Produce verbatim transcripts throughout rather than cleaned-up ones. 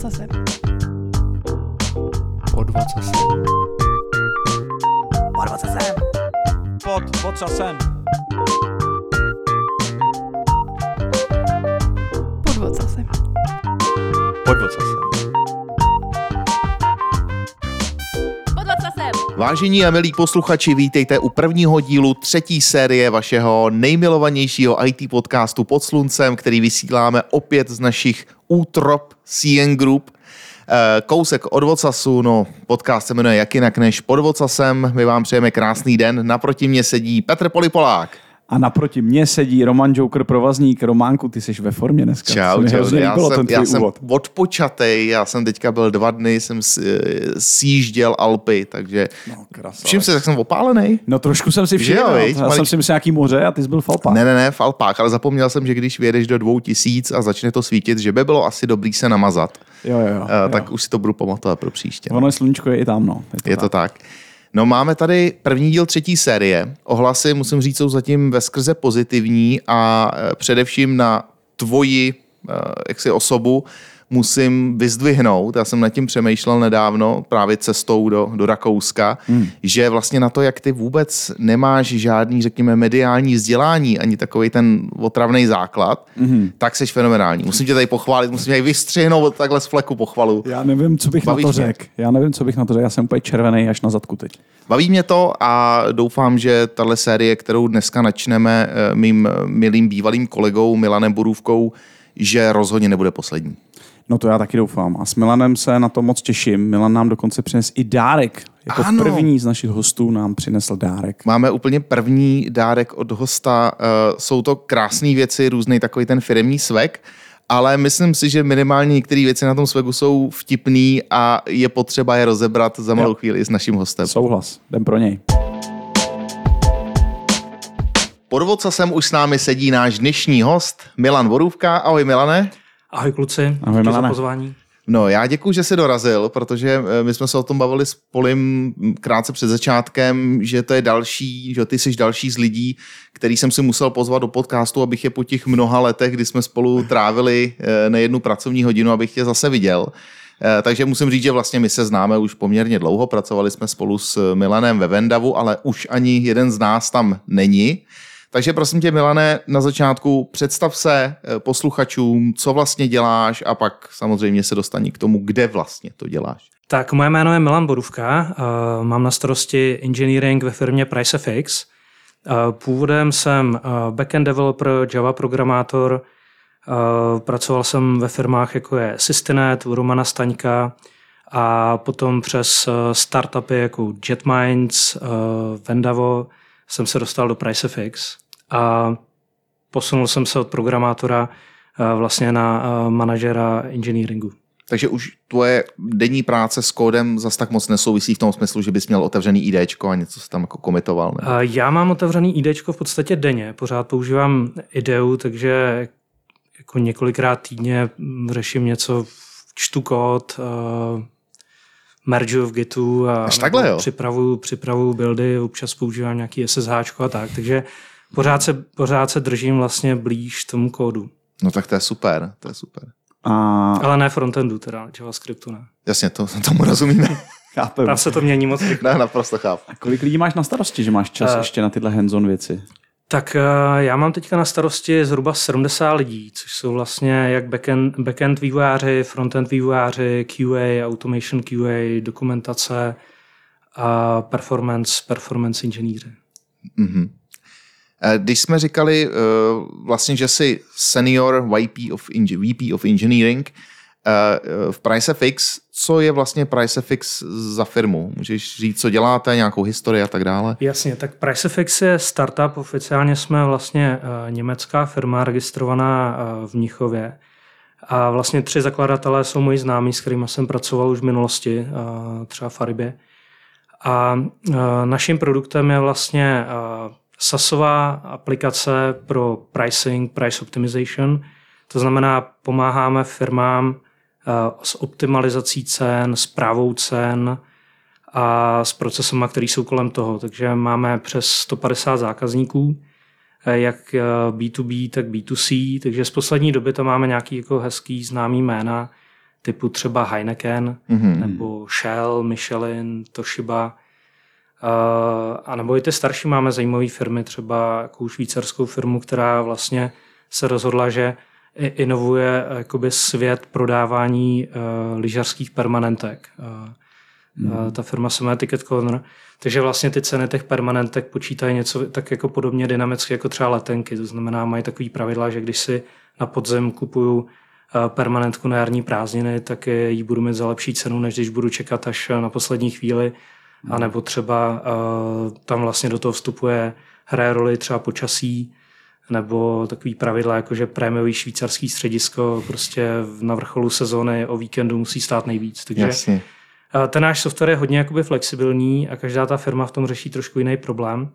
ocasem. Pod ocasem. Pod ocasem. Pod ocasem. Pod ocasem. Pod ocasem. Pod ocasem. Vážení a milí posluchači, vítejte u prvního dílu třetí série vašeho nejmilovanějšího í té podcastu Pod sluncem, který vysíláme opět z našich útrop C N Group. Kousek od ocasu, no podcast se jmenuje jak jinak než Pod ocasem. My vám přejeme krásný den, naproti mě sedí Petr Polipolák. A naproti mě sedí Roman Joker Provazník. Románku, ty jsi ve formě dneska. Čau, čau. Já jsem, já jsem úvod. odpočatej, já jsem teďka byl dva dny, jsem sjížděl Alpy, takže No, všim se, tak jsem opálený. No trošku jsem si všiml, jo, já viď? jsem Malič... si myslel nějaký moře a ty jsi byl v Alpách. Ne, ne, ne, v Alpách, ale zapomněl jsem, že když vyjedeš do dvou tisíc a začne to svítit, že by bylo asi dobrý se namazat. Jo, jo, jo. Uh, jo. tak už si to budu pamatovat pro příště. Ono je sluníčko je i tam, no. Je to, Je to tak. No máme tady první díl třetí série. Ohlasy, musím říct, jsou zatím veskrze pozitivní a především na tvoji jaksi osobu musím vyzdvihnout. Já jsem nad tím přemýšlel nedávno právě cestou do, do Rakouska, hmm. že vlastně na to, jak ty vůbec nemáš žádný, řekněme, mediální vzdělání, ani takový ten otravný základ, hmm. tak jsi fenomenální. Musím tě tady pochválit, musím tě vystřihnout takhle z fleku pochvalu. Já nevím, co bych Baví na to mě. řekl. Já nevím, co bych na to řekl. Já jsem úplně červený až na zadku teď. Baví mě to a doufám, že tahle série, kterou dneska načneme mým milým bývalým kolegou Milanem Borůvkou, že rozhodně nebude poslední. No to já taky doufám. A s Milanem se na to moc těším. Milan nám dokonce přinesl i dárek. Jako Ano. první z našich hostů nám přinesl dárek. Máme úplně první dárek od hosta. Jsou to krásné věci, různý takový ten firemní swag, ale myslím si, že minimálně některé věci na tom swagu jsou vtipný a je potřeba je rozebrat za malou Jo. chvíli s naším hostem. Souhlas. Jdem pro něj. Pod ocasem už s námi sedí náš dnešní host Milan Borůvka. Ahoj Milane. Ahoj kluci, Ahoj, díky Milane. za pozvání. No, já děkuji, že jsi dorazil, protože my jsme se o tom bavili s Polim krátce před začátkem, že to je další, že ty jsi další z lidí, který jsem si musel pozvat do podcastu, abych je po těch mnoha letech, kdy jsme spolu trávili nejednu pracovní hodinu, abych tě zase viděl. Takže musím říct, že vlastně my se známe už poměrně dlouho, pracovali jsme spolu s Milanem ve Vendavu, ale už ani jeden z nás tam není. Takže prosím tě, Milane, na začátku představ se posluchačům, co vlastně děláš a pak samozřejmě se dostani k tomu, kde vlastně to děláš. Tak moje jméno je Milan Borůvka, uh, mám na starosti engineering ve firmě PriceFX. Uh, původem jsem uh, backend developer, Java programátor, uh, pracoval jsem ve firmách jako je Systinet, u Romana Staňka a potom přes uh, startupy jako JetMinds, uh, Vendavo jsem se dostal do PriceFX a posunul jsem se od programátora uh, vlastně na uh, manažera engineeringu. Takže už tvoje denní práce s kódem zas tak moc nesouvisí v tom smyslu, že bys měl otevřený IDčko a něco se tam jako komitoval. Ne? Já mám otevřený IDčko v podstatě denně. Pořád používám ideu, takže jako několikrát týdně řeším něco, čtu kód, uh, mergeu v Gitu a Až takhle, jo? připravuju, připravuju buildy, občas používám nějaký S S H a tak. Takže pořád se, pořád se držím vlastně blíž tomu kódu. No tak to je super, to je super. A... Ale ne frontendu, teda JavaScriptu ne. Jasně, to, tomu rozumíme. Chápem. Tam se to mění moc rychle. Ne, naprosto chápu. A kolik lidí máš na starosti, že máš čas Uh, ještě na tyhle hands-on věci? Tak já mám teďka na starosti zhruba sedmdesát lidí, což jsou vlastně jak backend, backend vývojáři, frontend vývojáři, Q A, automation Q A, dokumentace a performance, performance inženýři. Mm-hmm. Když jsme říkali vlastně, že jsi senior V P of, V P of Engineering v PriceFX, co je vlastně PriceFX za firmu? Můžeš říct, co děláte, nějakou historii a tak dále? Jasně, tak PriceFX je startup, oficiálně jsme vlastně německá firma registrovaná v Mnichově. A vlastně tři zakladatelé jsou moji známí, s kterými jsem pracoval už v minulosti, třeba v Faribě. A naším produktem je vlastně SaaSová aplikace pro pricing, price optimization. To znamená, pomáháme firmám s optimalizací cen, správou cen a s procesama, které jsou kolem toho. Takže máme přes sto padesát zákazníků, jak B to B, tak B to C. Takže z poslední doby tam máme nějaký jako hezký známý jména, typu třeba Heineken, mm-hmm. nebo Shell, Michelin, Toshiba. Uh, a nebo i ty starší máme zajímavé firmy, třeba jakou švýcarskou firmu, která vlastně se rozhodla, že inovuje jakoby svět prodávání uh, lyžařských permanentek. Uh, mm. uh, ta firma se jmenuje Ticket Corner. Takže vlastně ty ceny těch permanentek počítají něco tak jako podobně dynamicky jako třeba letenky. To znamená, mají takový pravidla, že když si na podzem kupuju uh, permanentku na jarní prázdniny, tak ji budu mít za lepší cenu, než když budu čekat až na poslední chvíli. A nebo třeba uh, tam vlastně do toho vstupuje, hraje roli třeba počasí, nebo takový pravidla, jako že prémiový švýcarský středisko prostě na vrcholu sezóny o víkendu musí stát nejvíc. Takže Jasně. Uh, ten náš software je hodně jakoby flexibilní a každá ta firma v tom řeší trošku jiný problém.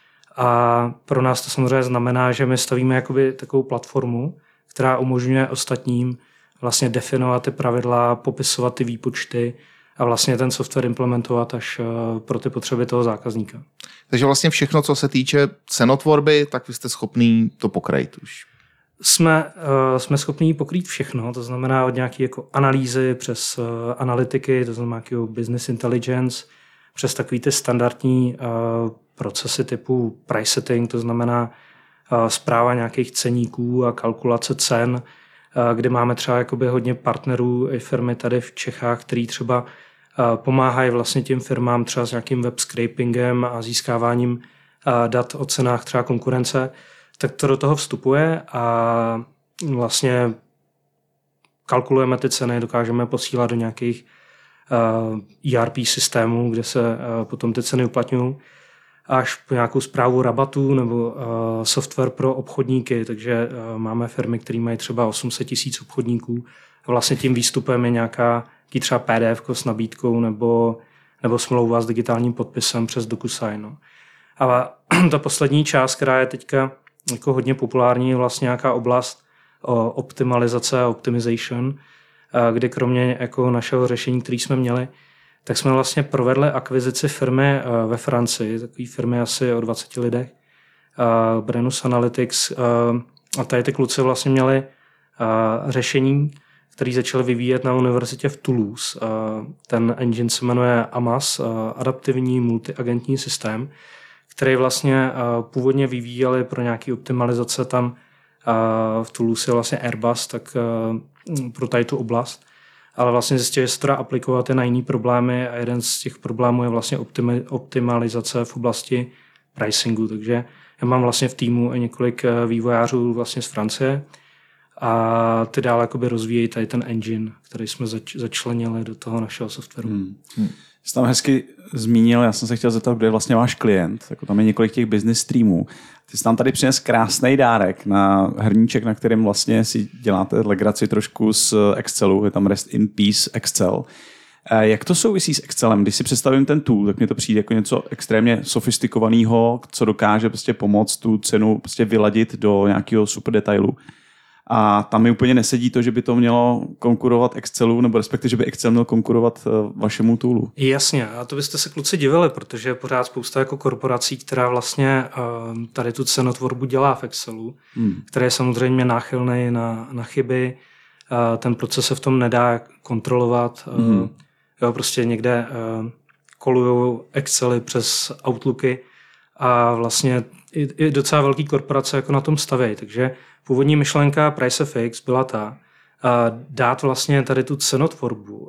A pro nás to samozřejmě znamená, že my stavíme jakoby takovou platformu, která umožňuje ostatním vlastně definovat ty pravidla, popisovat ty výpočty, a vlastně ten software implementovat až pro ty potřeby toho zákazníka. Takže vlastně všechno, co se týče cenotvorby, tak vy jste schopný to pokrýt už. Jsme, uh, jsme schopní pokrýt všechno, to znamená od nějaké jako analýzy přes uh, analytiky, to znamená nějakého business intelligence, přes takový ty standardní uh, procesy typu price setting, to znamená uh, správa nějakých ceníků a kalkulace cen, kde máme třeba jakoby hodně partnerů i firmy tady v Čechách, který třeba pomáhají vlastně těm firmám třeba s nějakým web scrapingem a získáváním dat o cenách třeba konkurence, tak to do toho vstupuje a vlastně kalkulujeme ty ceny, dokážeme posílat do nějakých E R P systémů, kde se potom ty ceny uplatňují, až po nějakou správu rabatů nebo uh, software pro obchodníky, takže uh, máme firmy, které mají třeba osm set tisíc obchodníků a vlastně tím výstupem je nějaká třeba P D F s nabídkou nebo, nebo smlouva s digitálním podpisem přes DocuSign. No. A ta poslední část, která je teďka jako hodně populární, je vlastně nějaká oblast o optimalizace a optimization, uh, kde kromě jako našeho řešení, který jsme měli, tak jsme vlastně provedli akvizici firmy ve Francii, takové firmy asi o dvaceti lidech, Brennus Analytics, a tady ty kluci vlastně měli řešení, které začali vyvíjet na univerzitě v Toulouse. Ten engine se jmenuje A M A S, adaptivní multiagentní systém, který vlastně původně vyvíjeli pro nějaké optimalizace tam v Toulouse je vlastně Airbus, tak pro tady tu oblast. Ale vlastně zjistili, že se to dá aplikovat i na jiný problémy a jeden z těch problémů je vlastně optimalizace v oblasti pricingu. Takže já mám vlastně v týmu i několik vývojářů vlastně z Francie a ty dál jakoby rozvíjejí tady ten engine, který jsme zač- začlenili do toho našeho softwaru. Hmm. Hmm. Jsi tam hezky zmínil, já jsem se chtěl zeptat, kdo je vlastně váš klient. Jako tam je několik těch business streamů. Ty jsi tam tady přines krásný dárek na hrníček, na kterém vlastně si děláte legraci trošku z Excelu. Je tam Rest in Peace Excel. Jak to souvisí s Excelem? Když si představím ten tool, tak mi to přijde jako něco extrémně sofistikovaného, co dokáže prostě pomoct tu cenu prostě vyladit do nějakého super detailu. A tam mi úplně nesedí to, že by to mělo konkurovat Excelu, nebo respektive, že by Excel měl konkurovat vašemu toolu. Jasně, a to byste se kluci divili, protože je pořád spousta jako korporací, která vlastně tady tu cenotvorbu dělá v Excelu, hmm. které je samozřejmě náchylný na, na chyby, ten proces se v tom nedá kontrolovat, hmm. jo, prostě někde kolujou Excely přes Outlooky a vlastně i, i docela velký korporace jako na tom stavějí, takže původní myšlenka PriceFX byla ta, dát vlastně tady tu cenotvorbu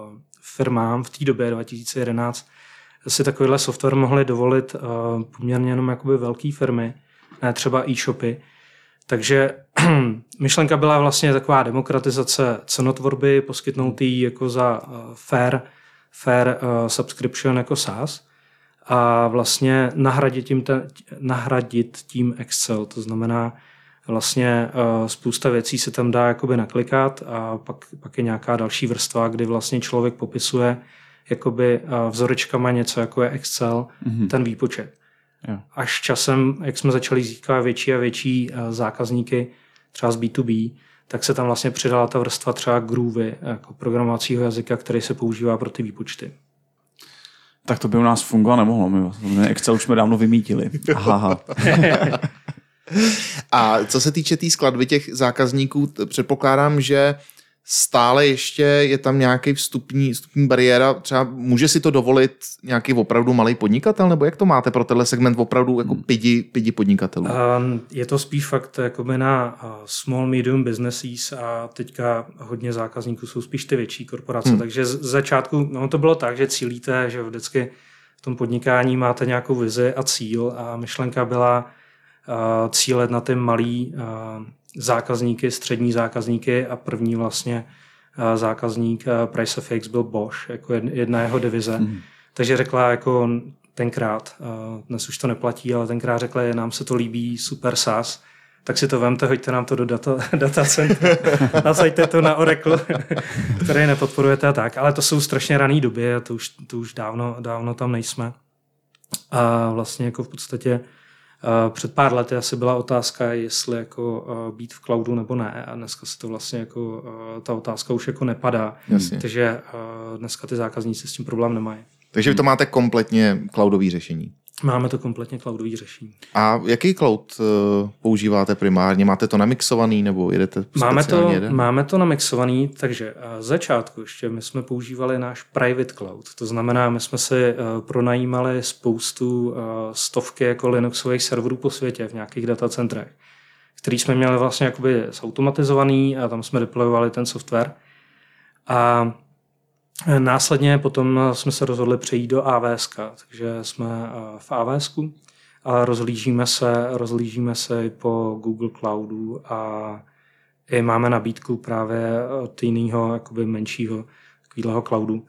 firmám v té době dva tisíce jedenáct si takovýhle software mohli dovolit poměrně jenom jakoby velké firmy, ne třeba e-shopy. Takže myšlenka byla vlastně taková demokratizace cenotvorby, poskytnout jí jako za fair, fair subscription jako SaaS a vlastně nahradit tím, te, nahradit tím Excel, to znamená vlastně uh, spousta věcí se tam dá jakoby naklikat a pak, pak je nějaká další vrstva, kdy vlastně člověk popisuje jakoby uh, vzorečkama něco, jako je Excel, mm-hmm. ten výpočet. Yeah. Až časem, jak jsme začali získávat větší a větší uh, zákazníky, třeba z B to B, tak se tam vlastně přidala ta vrstva třeba Groovy, jako programovacího jazyka, který se používá pro ty výpočty. Tak to by u nás fungovat nemohlo. My Excel už jsme dávno vymítili. Aha. A co se týče té tý skladby těch zákazníků, předpokládám, že stále ještě je tam nějaký vstupní, vstupní bariéra, třeba může si to dovolit nějaký opravdu malý podnikatel, nebo jak to máte pro tenhle segment opravdu jako pidi, pidi podnikatelů? Um, je to spíš fakt jakoby na uh, small, medium businesses a teďka hodně zákazníků jsou spíš ty větší korporace, hmm. takže z začátku, no to bylo tak, že cílíte, že vždycky v tom podnikání máte nějakou vizi a cíl a myšlenka byla uh, cílet na ty malý uh, zákazníky, střední zákazníky a první vlastně uh, zákazník uh, PriceFX byl Bosch, jako jedna jeho divize. Hmm. Takže řekla jako tenkrát, uh, dnes už to neplatí, ale tenkrát řekla, že nám se to líbí, super SaaS, tak si to vemte, hoďte nám to do data, datacentra, nasaďte to na Oracle, který nepodporujete a tak, ale to jsou strašně raný doby a to už, to už dávno, dávno tam nejsme. A vlastně jako v podstatě uh, před pár lety asi byla otázka, jestli jako uh, být v cloudu nebo ne a dneska se to vlastně jako, uh, ta otázka už jako nepadá. Jasně. Takže uh, dneska ty zákazníci s tím problém nemají. Takže vy to máte kompletně cloudové řešení? Máme to kompletně cloudové řešení. A jaký cloud uh, používáte primárně? Máte to namixovaný nebo jedete máme speciálně to, jeden? Máme to namixovaný, takže z začátku ještě my jsme používali náš private cloud. To znamená, my jsme si uh, pronajímali spoustu uh, stovky jako Linuxových serverů po světě v nějakých datacentrech, který jsme měli vlastně jakoby zautomatizovaný a tam jsme deployovali ten software. A následně potom jsme se rozhodli přejít do A W S, takže jsme v A W S a rozhlížíme se, rozhlížíme se i po Google Cloudu a i máme nabídku právě od jiného jakoby menšího takového cloudu.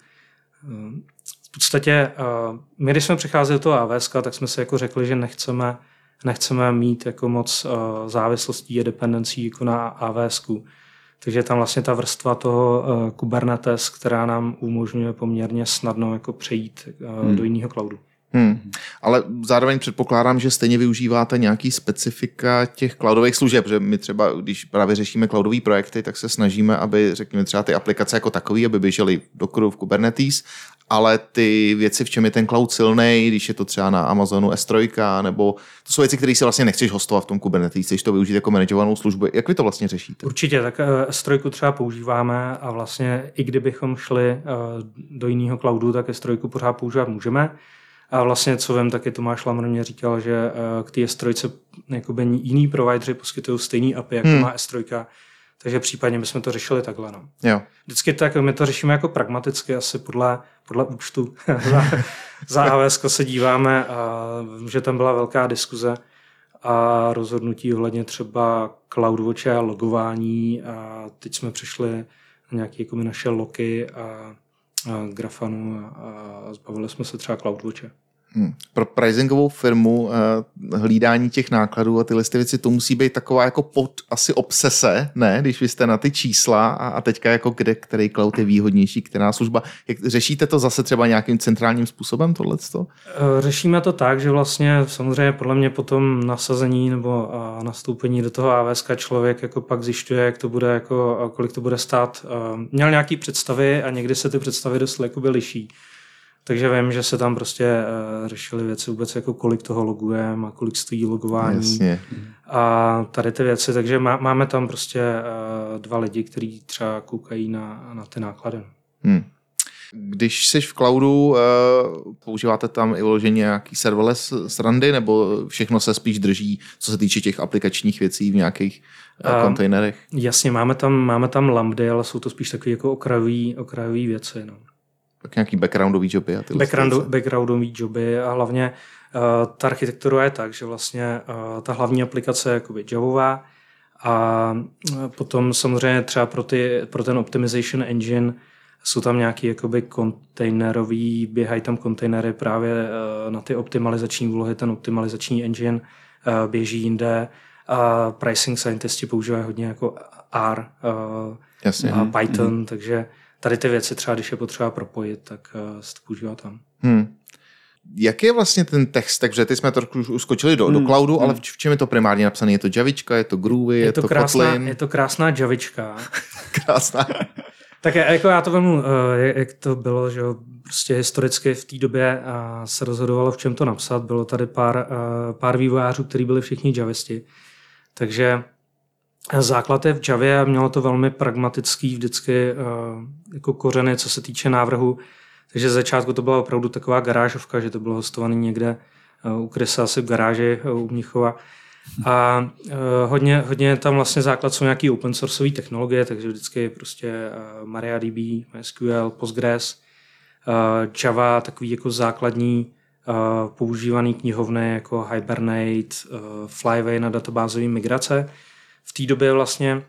V podstatě my, když jsme přicházeli do toho A W S, tak jsme si jako řekli, že nechceme, nechceme mít jako moc závislostí a dependencí jako na A W S. Takže tam vlastně ta vrstva toho uh, Kubernetes, která nám umožňuje poměrně snadno jako přejít uh, hmm. do jiného cloudu. Hmm. Ale zároveň předpokládám, že stejně využíváte nějaký specifika těch cloudových služeb, že my třeba, když právě řešíme cloudové projekty, tak se snažíme, aby, řekněme, třeba ty aplikace jako takový, aby běžely v Dockeru, v Kubernetes, ale ty věci, v čem je ten cloud silnej, když je to třeba na Amazonu S tři, nebo to jsou věci, které si vlastně nechceš hostovat v tom Kubernetes, chceš to využít jako manažovanou službu. Jak vy to vlastně řešíte? Určitě, tak S tři třeba používáme a vlastně i kdybychom šli do jiného cloudu, tak S tři pořád používat můžeme. A vlastně, co vím, taky Tomáš Lamr mě říkal, že k té S tři jakoby jiný provideři poskytují stejný A P I, jako hmm. má S tři, takže případně bychom to řešili takhle. No. Jo. Vždycky tak, my to řešíme jako pragmaticky, asi podle, podle účtu. za, za A W S se díváme, a že tam byla velká diskuze a rozhodnutí ohledně třeba CloudWatche a logování a teď jsme přišli na nějaké jako naše loky a, a Grafanu a, a zbavili jsme se třeba CloudWatche. Hmm. Pro pricingovou firmu uh, hlídání těch nákladů a tyhle věci, to musí být taková jako pod asi obsese, ne? Když vy jste na ty čísla a, a teďka jako kde, který cloud je výhodnější, která služba. Jak, řešíte to zase třeba nějakým centrálním způsobem tohleto? Řešíme to tak, že vlastně samozřejmě podle mě potom nasazení nebo a nastoupení do toho A W S člověk jako pak zjišťuje, jak to bude, jako, kolik to bude stát. Měl nějaký představy a někdy se ty představy dost jakoby liší. Takže vím, že se tam prostě uh, řešily věci vůbec, jako kolik toho logujeme a kolik stojí logování. Jasně. A tady ty věci, takže má, máme tam prostě uh, dva lidi, kteří třeba koukají na, na ty náklady. Hmm. Když jsi v cloudu, uh, používáte tam i vloženě nějaký serverless srandy, nebo všechno se spíš drží, co se týče těch aplikačních věcí v nějakých uh, kontejnerech? Jasně, máme tam, máme tam lambdy, ale jsou to spíš takové jako okrajové okrajové věci. No. Tak nějaký backgroundový joby a ty Background, backgroundový joby a hlavně uh, ta architektura je tak, že vlastně uh, ta hlavní aplikace je jakoby javová a uh, potom samozřejmě třeba pro, ty, pro ten optimization engine jsou tam nějaký jakoby kontejnerový, běhají tam kontejnery právě uh, na ty optimalizační úlohy, ten optimalizační engine uh, běží jinde a pricing scientisti používají hodně jako R uh, Jasně. a Python, hmm. takže tady ty věci třeba, když je potřeba propojit, tak uh, se to používá tam. Hmm. Jak je vlastně ten text? Takže ty jsme trošku uskočili do, hmm. do cloudu, hmm. ale v čem je to primárně napsané? Je to Javička, je to Groovy, je, je to, to krásná, Kotlin? Je to krásná Javička. Krásná. Tak jako já to vemu, jak to bylo, že prostě historicky v té době se rozhodovalo, v čem to napsat. Bylo tady pár, pár vývojářů, kteří byli všichni javisti. Takže základ je v Javě a mělo to velmi pragmatický vždycky jako kořeny, co se týče návrhu. Takže z začátku to byla opravdu taková garážovka, že to bylo hostované někde u Krysa asi v garáži u Mnichova. A hodně, hodně tam vlastně základ jsou nějaké open sourceové technologie, takže vždycky prostě MariaDB, MySQL, Postgres, Java, takový jako základní používaný knihovny jako Hibernate, Flyway na databázové migrace. V té době vlastně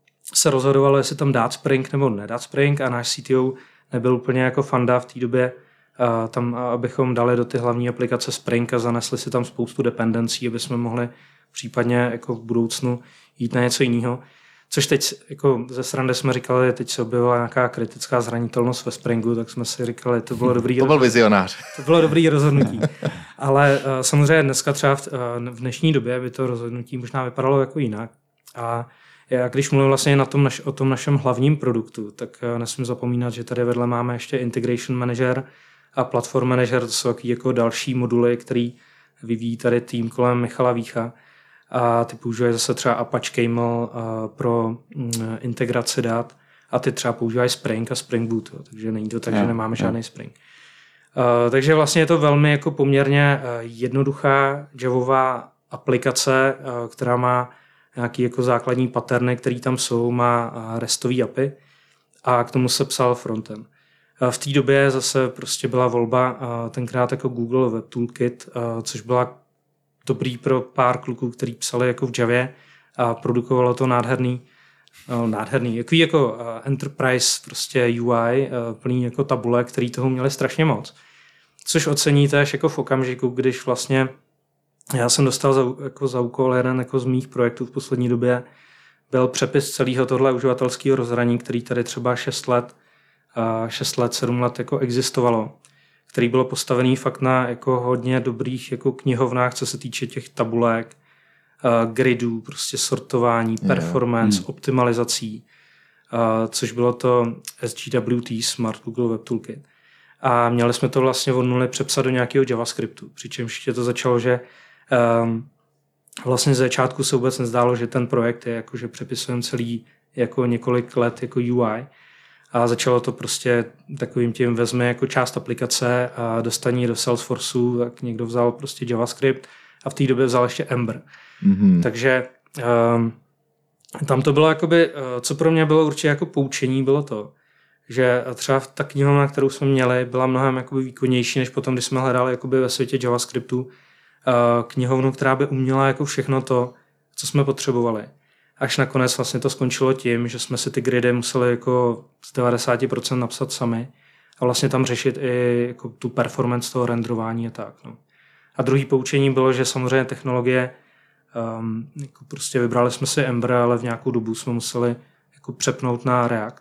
se rozhodovalo, jestli tam dát Spring nebo nedat Spring a náš C T O nebyl úplně jako fanda v té době tam, abychom dali do ty hlavní aplikace Spring a zanesli si tam spoustu dependencí, aby jsme mohli případně jako v budoucnu jít na něco jiného. Což teď jako ze srandy jsme říkali, teď se objevila nějaká kritická zranitelnost ve Springu, tak jsme si říkali, to bylo dobrý. To byl vizionář. To bylo dobrý rozhodnutí. Ale uh, samozřejmě dneska třeba v, uh, v dnešní době by to rozhodnutí možná vypadalo jako jinak. A já, když mluvím vlastně na tom naš, o tom našem hlavním produktu, tak uh, nesmím zapomínat, že tady vedle máme ještě Integration Manager a Platform Manager, to jsou jako další moduly, který vyvíjí tady tým kolem Michala Vícha. A ty používají zase třeba Apache Camel uh, pro mm, integraci dat a ty třeba používají Spring a Spring Boot, jo, takže není to tak, yeah, že nemáme yeah. žádný Spring. Uh, takže vlastně je to velmi jako poměrně uh, jednoduchá javová aplikace, uh, která má nějaký jako základní patterny, které tam jsou, má uh, restový A P I a k tomu se psal frontend. Uh, v té době zase prostě byla volba uh, tenkrát jako Google Web Toolkit, uh, což byla dobrý pro pár kluků, kteří psali jako v Javě a produkovalo to nádherný, no, nádherný, jaký jako uh, enterprise prostě U I, uh, plný jako tabule, který toho měli strašně moc. Což oceníte až jako v okamžiku, když vlastně já jsem dostal za, jako za úkol jeden jako z mých projektů v poslední době, byl přepis celého tohle uživatelského rozhraní, který tady třeba šest let, uh, šest let, sedm let jako existovalo, který bylo postavený fakt na jako hodně dobrých jako knihovnách, co se týče těch tabulek, uh, gridů, prostě sortování, performance, yeah. optimalizací, uh, což bylo to S G W T, Smart Google Web Toolkit. A měli jsme to vlastně od nuly přepsat do nějakého JavaScriptu, přičemž ještě to začalo, že um, vlastně z začátku se vůbec nezdálo, že ten projekt je jako, že přepisujeme celý jako několik let jako U I. A začalo to prostě takovým tím, vezme jako část aplikace a dostane do Salesforceu, tak někdo vzal prostě JavaScript a v té době vzal ještě Ember. Mm-hmm. Takže um, tam to bylo jakoby, co pro mě bylo určitě jako poučení, bylo to, že třeba ta knihovna, kterou jsme měli, byla mnohem jakoby výkonnější, než potom, když jsme hledali jakoby ve světě JavaScriptu uh, knihovnu, která by uměla jako všechno to, co jsme potřebovali. Až nakonec vlastně to skončilo tím, že jsme si ty gridy museli jako z devadesát procent napsat sami a vlastně tam řešit i jako tu performance toho renderování a tak. No. A druhý poučení bylo, že samozřejmě technologie, um, jako prostě vybrali jsme si Ember, ale v nějakou dobu jsme museli jako přepnout na React.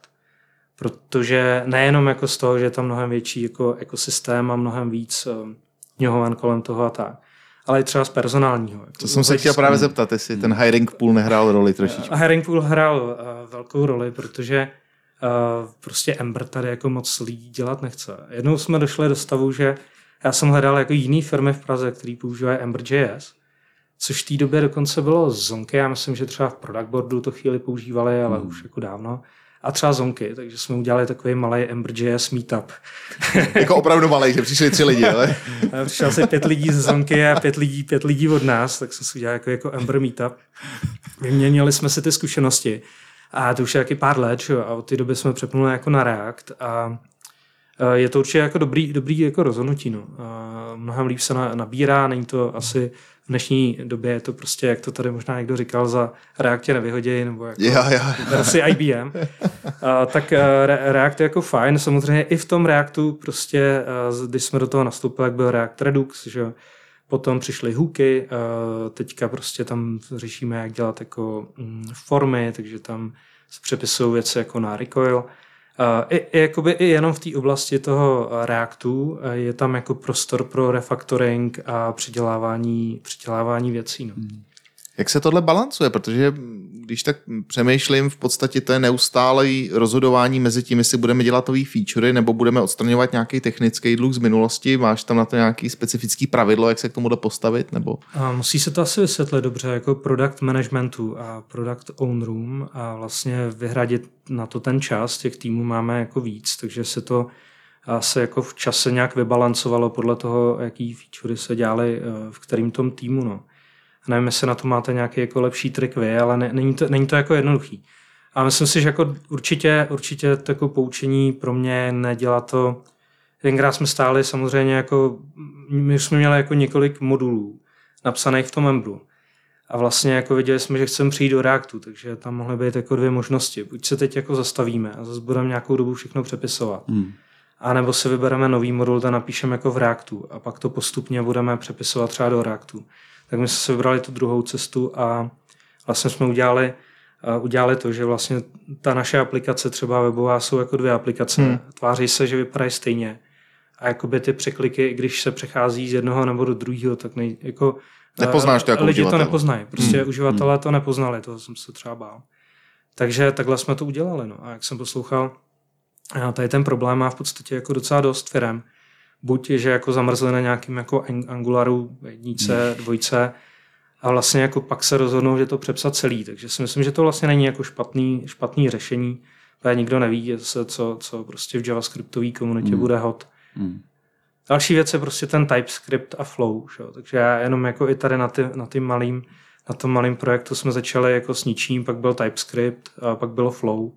Protože nejenom jako z toho, že je tam mnohem větší jako ekosystém a mnohem víc um, knihoven kolem toho a tak, ale i třeba z personálního. Jako to jsem se chtěl právě zeptat, jestli hmm. ten hiring pool nehrál roli trošičku. A hiring pool hrál uh, velkou roli, protože uh, prostě Ember tady jako moc lidí dělat nechce. Jednou jsme došli do stavu, že já jsem hledal jako jiný firmy v Praze, který používají Ember.js, což v té době dokonce bylo Zonky. Já myslím, že třeba v Product Boardu to chvíli používali, ale hmm. už jako dávno. A třeba Zonky, takže jsme udělali takový malý Ember.js meetup. Jako opravdu malý, že přišli tři lidi, ale... Přišel asi pět lidí z Zonky a pět lidí, pět lidí od nás, tak jsme si udělali jako, jako Ember meetup. Vyměnili jsme si ty zkušenosti. A to už je taky pár let, že? A od té doby jsme přepnuli jako na React. A je to určitě jako dobrý, dobrý jako rozhodnutí. No. A mnohem líp se nabírá, není to asi v dnešní době, je to prostě, jak to tady možná někdo říkal, za React tě nevyhoděj, nebo jako ja, ja. verzi I B M. A, tak Re- React je jako fajn, samozřejmě i v tom Reactu prostě, když jsme do toho nastoupili, jak byl React Redux, že potom přišly hooky, teďka prostě tam řešíme, jak dělat jako formy, takže tam se přepisují věci jako na recoil. I, i, jakoby, i jenom v té oblasti toho Reactu je tam jako prostor pro refactoring a přidělávání, přidělávání věcí. No. Jak se tohle balancuje? Protože když tak přemýšlím, v podstatě to je neustálé rozhodování mezi tím, jestli budeme dělat nový featurey nebo budeme odstraňovat nějaký technický dluh z minulosti. Máš tam na to nějaký specifický pravidlo, jak se k tomu dá postavit? Nebo? A musí se to asi vysvětlit dobře jako product managementu a product ownerům a vlastně vyhradit na to ten čas. Těch týmů máme jako víc, takže se to se jako v čase nějak vybalancovalo podle toho, jaký featurey se dělaly v kterým tom týmu. No. Nevím, jestli na to máte nějaký jako lepší trik vy, ale ne, není, to, není to jako jednoduchý. A myslím si, že jako určitě, určitě takové poučení pro mě nedělat to. Jedenkrát jsme stáli samozřejmě jako, my jsme měli jako několik modulů napsaných v tom Emblu. A vlastně jako viděli jsme, že chceme přijít do Reactu, takže tam mohly být jako dvě možnosti. Buď se teď jako zastavíme a zase budeme nějakou dobu všechno přepisovat. Hmm. A nebo si vybereme nový modul, ten napíšeme jako v Reactu a pak to postupně budeme přepisovat třeba do Reactu. Tak my jsme si vybrali tu druhou cestu a vlastně jsme udělali, uh, udělali to, že vlastně ta naše aplikace, třeba webová, jsou jako dvě aplikace. Hmm. Tváří se, že vypadají stejně. A jakoby ty překliky, když se přechází z jednoho nebo do druhého, tak nej, jako, nepoznáš to jako lidi uživatel. to nepoznají. Prostě hmm. uživatelé hmm. to nepoznali, toho jsem se třeba bál. Takže takhle jsme to udělali. No. A jak jsem poslouchal, tady ten problém má v podstatě jako docela dost firem. Buď, že jako zamrzli na nějakým jako Angularu, jednice, dvojce a vlastně jako pak se rozhodnou, že to přepsat celý. Takže si myslím, že to vlastně není jako špatný, špatný řešení, protože nikdo neví, co, co prostě v javascriptové komunitě hmm. bude hot. Hmm. Další věc je prostě ten TypeScript a Flow. Že? Takže já jenom jako i tady na, ty, na, ty malým, na tom malým projektu jsme začali jako s ničím, pak byl TypeScript a pak bylo Flow.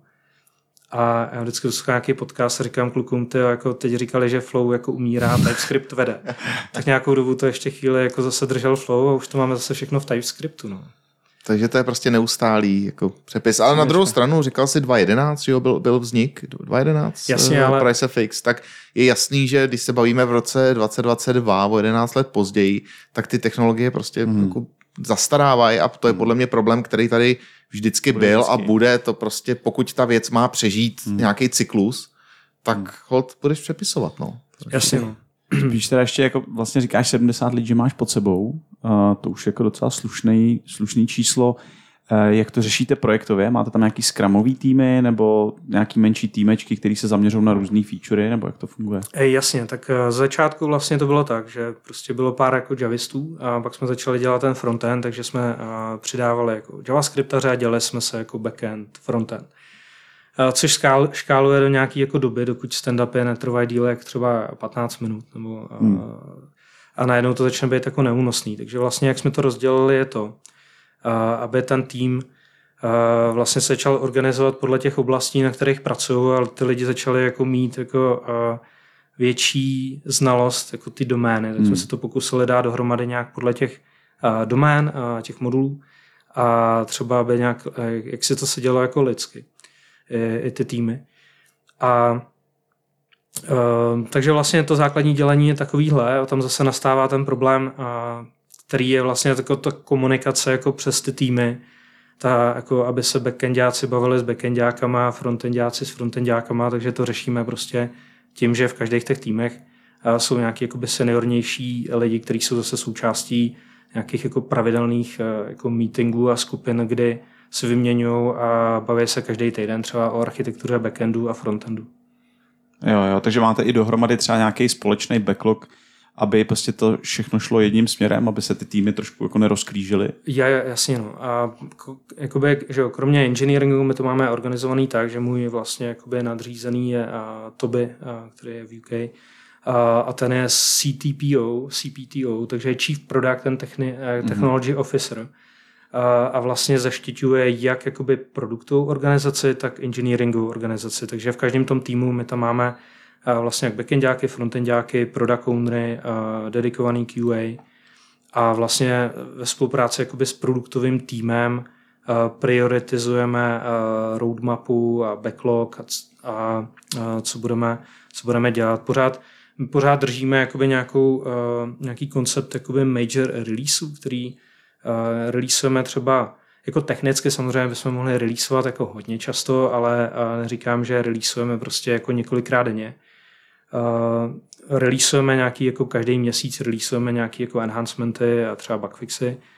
A já vždycky poslouchám nějaký podcast a říkám klukům, ty jako teď říkali, že Flow jako umírá, TypeScript vede. Tak nějakou dobu to ještě chvíli jako zase držel Flow a už to máme zase všechno v TypeScriptu. No. Takže to je prostě neustálý jako přepis. Ale na druhou stranu říkal si dva jedenáct, že jo, byl, byl vznik dva jedenáct Jasně, ale... Price F X, tak je jasný, že když se bavíme v roce dvacet dvacet dva o jedenáct let později, tak ty technologie prostě hmm. jako zastarávají a to je podle mě problém, který tady vždycky bude byl vždycky. A bude to prostě, pokud ta věc má přežít hmm. nějaký cyklus, tak hmm. hold budeš přepisovat, no. Jasně, no. Víš, teda ještě jako vlastně říkáš sedmdesát lidí máš pod sebou, uh, to už je jako docela slušný, slušný číslo. Uh, jak to řešíte projektově? Máte tam nějaký scrumový týmy nebo nějaký menší týmečky, který se zaměřují na různý featurey, nebo jak to funguje? Ej, jasně, tak z začátku vlastně to bylo tak, že prostě bylo pár jako javistů a pak jsme začali dělat ten frontend, takže jsme uh, přidávali jako javascriptaře a dělali jsme se jako backend, frontend. Uh, což skál, škáluje do nějaké jako doby, dokud stand-upy netrvají díl jak třeba patnáct minut. Nebo, uh, hmm. A najednou to začne být jako neúnosný. Takže vlastně jak jsme to rozdělili je to, uh, aby ten tým uh, vlastně se začal organizovat podle těch oblastí, na kterých pracují, ale ty lidi začali jako mít jako uh, větší znalost jako ty domény. Tak hmm. jsme se to pokusili dát dohromady nějak podle těch uh, domén, uh, těch modulů a třeba aby nějak, uh, jak se to sedělo jako lidsky. I, i ty týmy. A e, takže vlastně to základní dělení je takovýhle a tam zase nastává ten problém, a, který je vlastně tako, ta komunikace jako přes ty týmy, ta, jako aby se backendáci bavili s backendákama, frontendáci s frontendákama, takže to řešíme prostě tím, že v každých těch týmech a, jsou nějaký jakoby seniornější lidi, kteří jsou zase součástí nějakých jako pravidelných a, jako meetingů a skupin, kdy se vyměňují a baví se každý týden třeba o architektuře backendu a frontendu. Jo, jo, takže máte i dohromady třeba nějaký společný backlog, aby prostě to všechno šlo jedním směrem, aby se ty týmy trošku jako nerozklížily. Já, jasně, no. A jakoby, že jo, kromě engineeringu my to máme organizovaný tak, že můj vlastně jakoby nadřízený je a Toby, a, který je v U K, a, a ten je C T P O, C P T O, takže je Chief Product and Techni- Technology mm-hmm. Officer. A vlastně zaštiťuje jak jakoby produktovou organizaci, tak engineeringovou organizaci. Takže v každém tom týmu my tam máme vlastně jak backendáky, frontendáky, product ownery, dedikovaný Q A a vlastně ve spolupráci jakoby s produktovým týmem prioritizujeme roadmapu a backlog a, a, a co, budeme, co budeme dělat. Pořád, pořád držíme jakoby nějakou, nějaký koncept jakoby major releaseů, který Uh, releaseujeme třeba jako technicky samozřejmě bychom mohli releaseovat jako hodně často, ale uh, neříkám, že releaseujeme prostě jako několikrát denně. Uh, releaseujeme nějaký jako každý měsíc, releaseujeme nějaký jako enhancementy a třeba bugfixy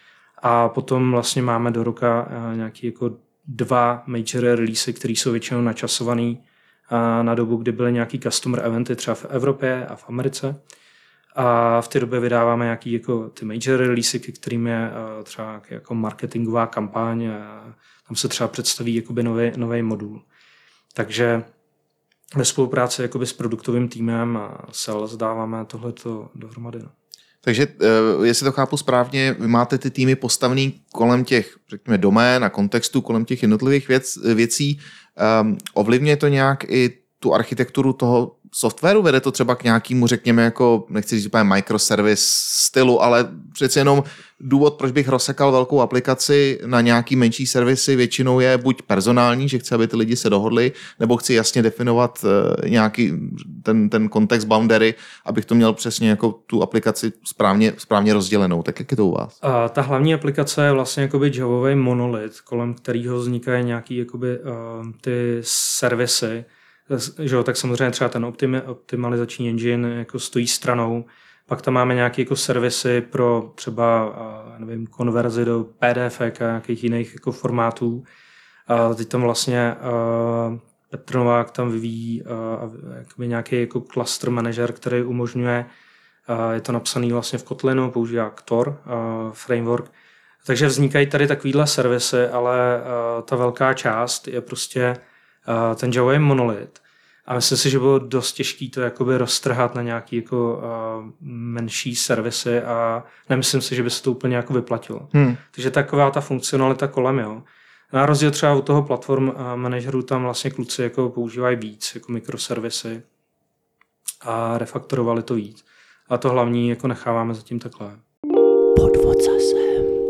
A potom vlastně máme do roka nějaký jako dva major release, které jsou většinou načasovaný na dobu, kdy byly nějaký customer eventy třeba v Evropě a v Americe. A v té době vydáváme nějaký jako ty major release, kterým je třeba jako marketingová kampaň. Tam se třeba představí jakoby nový, nový modul. Takže ve spolupráci jakoby s produktovým týmem a sales dáváme tohleto dohromady. Takže jestli to chápu správně, vy máte ty týmy postavený kolem těch, řekněme, domén a kontextu, kolem těch jednotlivých věc, věcí. Um, ovlivňuje to nějak i tu architekturu toho softwaru? Vede to třeba k nějakému, řekněme, jako, nechci říct úplně microservice stylu, ale přece jenom důvod, proč bych rozsekal velkou aplikaci na nějaký menší servisy, většinou je buď personální, že chci, aby ty lidi se dohodli, nebo chci jasně definovat uh, nějaký ten, ten kontext boundary, abych to měl přesně jako tu aplikaci správně, správně rozdělenou. Tak jak je to u vás? A ta hlavní aplikace je vlastně jakoby javový monolit, kolem kterého vznikají nějaký jakoby, uh, ty servisy, že jo, tak samozřejmě třeba ten optimi, optimalizační engine jako stojí stranou. Pak tam máme nějaké jako servisy pro třeba nevím, konverzi do P D F a nějakých jiných jako formátů. A teď tam vlastně uh, Petr Novák tam vyvíjí uh, nějaký jako cluster manager, který umožňuje, uh, je to napsaný vlastně v Kotlinu, používá Ktor uh, framework. Takže vznikají tady takovýhle servisy, ale uh, ta velká část je prostě uh, ten Java monolit. A myslím si, že bylo dost těžké to jakoby roztrhat na nějaké jako, uh, menší servisy a nemyslím si, že by se to úplně jako vyplatilo. Hmm. Takže taková ta funkcionalita kolem, jo. Na rozdíl třeba u toho platform uh, manažerů tam vlastně kluci jako používají víc, jako mikroservisy a refaktorovali to víc. A to hlavní jako necháváme zatím takhle. Podvod zase.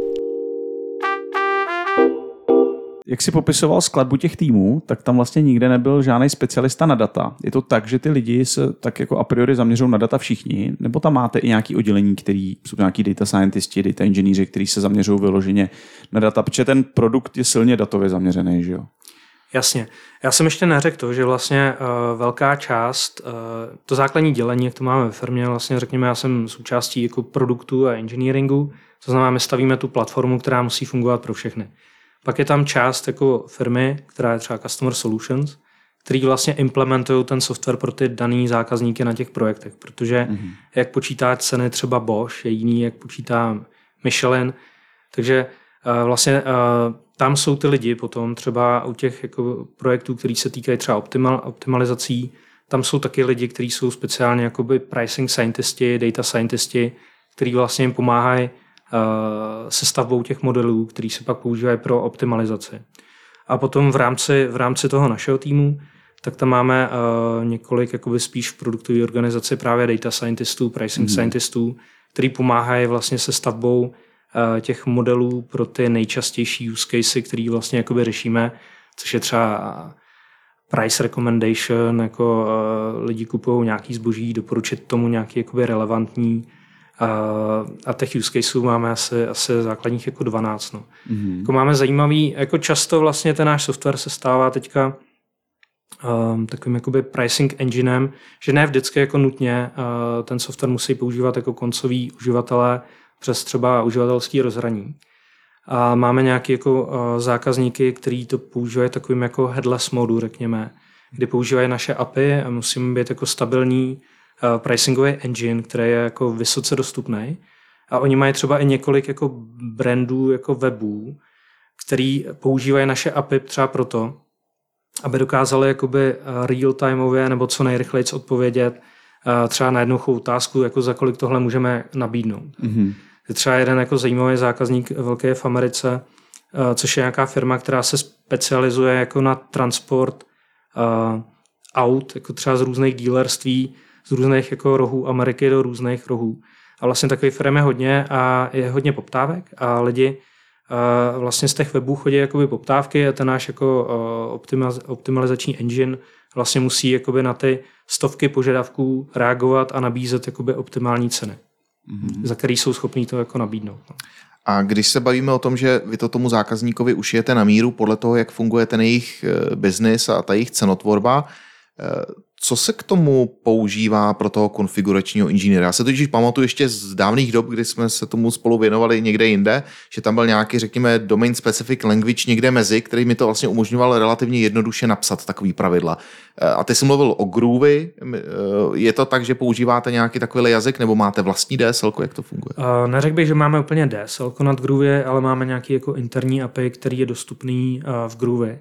Jak jsi popisoval skladbu těch týmů, tak tam vlastně nikde nebyl žádný specialista na data. Je to tak, že ty lidi se tak jako a priori zaměřují na data všichni, nebo tam máte i nějaký oddělení, který jsou nějaký data scientisti, data engineeri, kteří se zaměřují vyloženě na data, protože ten produkt je silně datově zaměřený, že jo? Jasně. Já jsem ještě neřekl to, že vlastně uh, velká část, uh, to základní dělení, jak to máme ve firmě, vlastně řekněme, já jsem součástí jako produktu a engineeringu, to znamená, my stavíme tu platformu, která musí fungovat pro všechny. Pak je tam část jako firmy, která je třeba Customer Solutions, který vlastně implementují ten software pro ty daný zákazníky na těch projektech, protože mm-hmm. jak počítá ceny třeba Bosch, je jiný, jak počítá Michelin, takže uh, vlastně uh, tam jsou ty lidi potom třeba u těch jako projektů, který se týkají třeba optimal, optimalizací, tam jsou taky lidi, kteří jsou speciálně jakoby pricing scientisti, data scientisti, kteří vlastně jim pomáhají se stavbou těch modelů, který se pak používají pro optimalizaci. A potom v rámci, v rámci toho našeho týmu, tak tam máme uh, několik jakoby spíš v produktové organizaci právě data scientistů, pricing mm-hmm. scientistů, který pomáhají vlastně se stavbou uh, těch modelů pro ty nejčastější use casey, který vlastně jakoby řešíme, což je třeba price recommendation, jako uh, lidi kupují nějaký zboží, doporučit tomu nějaký jakoby relevantní a těch use caseů máme asi, asi základních jako dvanáct. No. Mm-hmm. Jako máme zajímavý, jako často vlastně ten náš software se stává teďka um, takovým jakoby pricing enginem, že ne vždycky jako nutně uh, ten software musí používat jako koncoví uživatelé přes třeba uživatelský rozhraní. A máme nějaké jako uh, zákazníky, kteří to používají takovým jako headless modu, řekněme, kdy používají naše A P I a musíme být jako stabilní pricingový engine, který je jako vysoce dostupný. A oni mají třeba i několik jako brandů jako webů, který používají naše A P I třeba proto, aby dokázali jakoby real-timeově nebo co nejrychleji odpovědět třeba na jednoduchou otázku, jako za kolik tohle můžeme nabídnout. Mm-hmm. Je třeba jeden jako zajímavý zákazník velký v Americe, což je nějaká firma, která se specializuje jako na transport aut, jako třeba z různých dealerství, z různých jako rohů Ameriky do různých rohů. A vlastně takových firm je hodně a je hodně poptávek a lidi uh, vlastně z těch webů chodí jakoby poptávky a ten náš jako uh, optimalizační engine vlastně musí jakoby na ty stovky požadavků reagovat a nabízet jakoby optimální ceny, mm-hmm. za který jsou schopní to jako nabídnout. No. A když se bavíme o tom, že vy to tomu zákazníkovi ušijete na míru podle toho, jak funguje ten jejich business a ta jejich cenotvorba, Co se k tomu používá pro toho konfiguračního inženýra? Já se totiž pamatuju ještě z dávných dob, kdy jsme se tomu spolu věnovali někde jinde, že tam byl nějaký, řekněme, domain specific language někde mezi, který mi to vlastně umožňoval relativně jednoduše napsat takový pravidla. A ty jsi mluvil o Groovy. Je to tak, že používáte nějaký takový jazyk, nebo máte vlastní D S L, jak to funguje? Uh, neřekl bych, že máme úplně D S L nad Groovy, ale máme nějaký jako interní A P I, který je dostupný uh, v Groovy.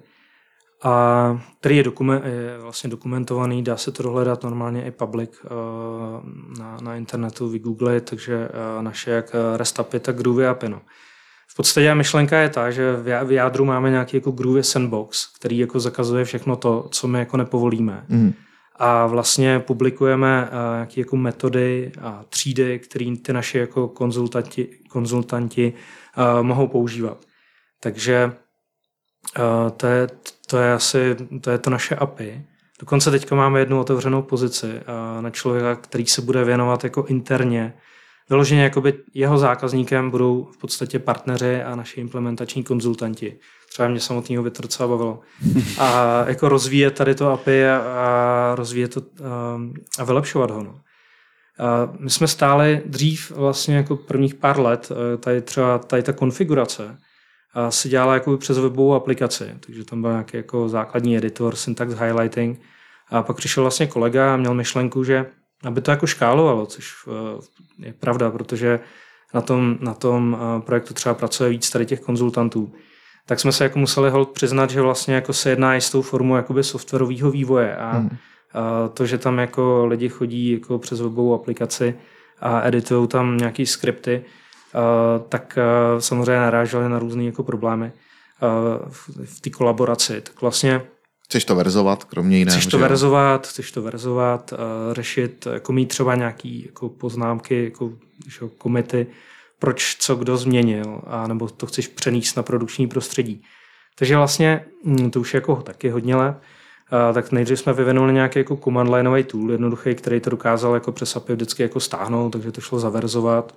A který je, dokument, je vlastně dokumentovaný, dá se to dohledat normálně i public uh, na, na internetu, vygooglit, takže uh, naše jak REST A P I, tak Groovy A P I. No. V podstatě myšlenka je ta, že v jádru máme nějaký jako Groovy sandbox, který jako zakazuje všechno to, co my jako nepovolíme. Mm. A vlastně publikujeme uh, nějaké jako metody a třídy, které ty naši jako konzultanti, konzultanti uh, mohou používat. Takže uh, to je To je asi to, je to naše A P I. Dokonce teďka máme jednu otevřenou pozici na člověka, který se bude věnovat jako interně. Vyloženě jakoby jeho zákazníkem budou v podstatě partneři a naši implementační konzultanti. Třeba mě samotného by to docela bavilo. A jako rozvíjet tady to A P I a, a rozvíjet to a vylepšovat ho. No. A my jsme stáli dřív vlastně jako prvních pár let, tady třeba tady ta konfigurace a se dělala jako přes webovou aplikaci, takže tam byl nějaký jako základní editor, syntax highlighting a pak přišel vlastně kolega a měl myšlenku, že aby to jako škálovalo, což je pravda, protože na tom, na tom projektu třeba pracuje víc tady těch konzultantů, tak jsme se jako museli holt přiznat, že vlastně jako se jedná i s tou formou jakoby softwarového vývoje a, hmm. a to, že tam jako lidi chodí jako přes webovou aplikaci a editují tam nějaký skripty, Uh, tak uh, samozřejmě naráželi na různé jako problémy uh, v, v té kolaboraci. Tak vlastně chceš to verzovat, kromě jiného. Chceš to verzovat, chceš to verzovat, uh, řešit, jako mít třeba nějaký jako poznámky, jako že, komity, proč co kdo změnil, a nebo to chceš přenést na produkční prostředí. Takže vlastně to už je jako taky hodně let. Uh, tak nejdřív jsme vyvinuli nějaký jako command lineový tool, jednoduchý, který to dokázal jako přes A P I vždycky jako stáhnout, takže to šlo zaverzovat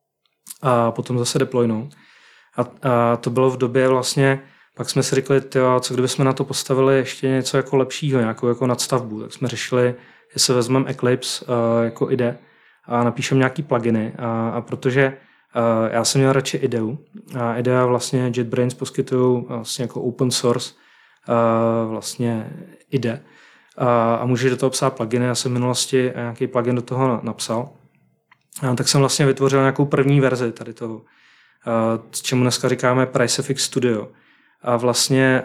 a potom zase deploynout. A, a to bylo v době vlastně, pak jsme si řekli, tyjo, co kdybychom na to postavili ještě něco jako lepšího, nějakou jako nadstavbu. Tak jsme řešili, jestli vezmeme Eclipse uh, jako I D E a napíšeme nějaký pluginy. A, a protože uh, já jsem měl radši ideu a I D E a vlastně JetBrains poskytují vlastně jako open source uh, vlastně I D E a, a můžeš do toho psát pluginy. Já jsem v minulosti nějaký plugin do toho napsal. A tak jsem vlastně vytvořil nějakou první verzi tady toho, s čemu dneska říkáme Pricefix Studio. A vlastně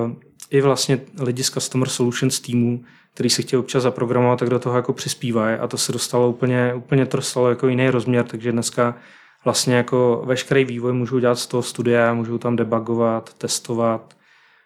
i vlastně lidi z Customer Solutions týmu, který si chtěli občas zaprogramovat, tak do toho jako přispívají a to se dostalo úplně, úplně to dostalo jako jiný rozměr, takže dneska vlastně jako veškerý vývoj můžou dělat z toho studia, můžou tam debugovat, testovat,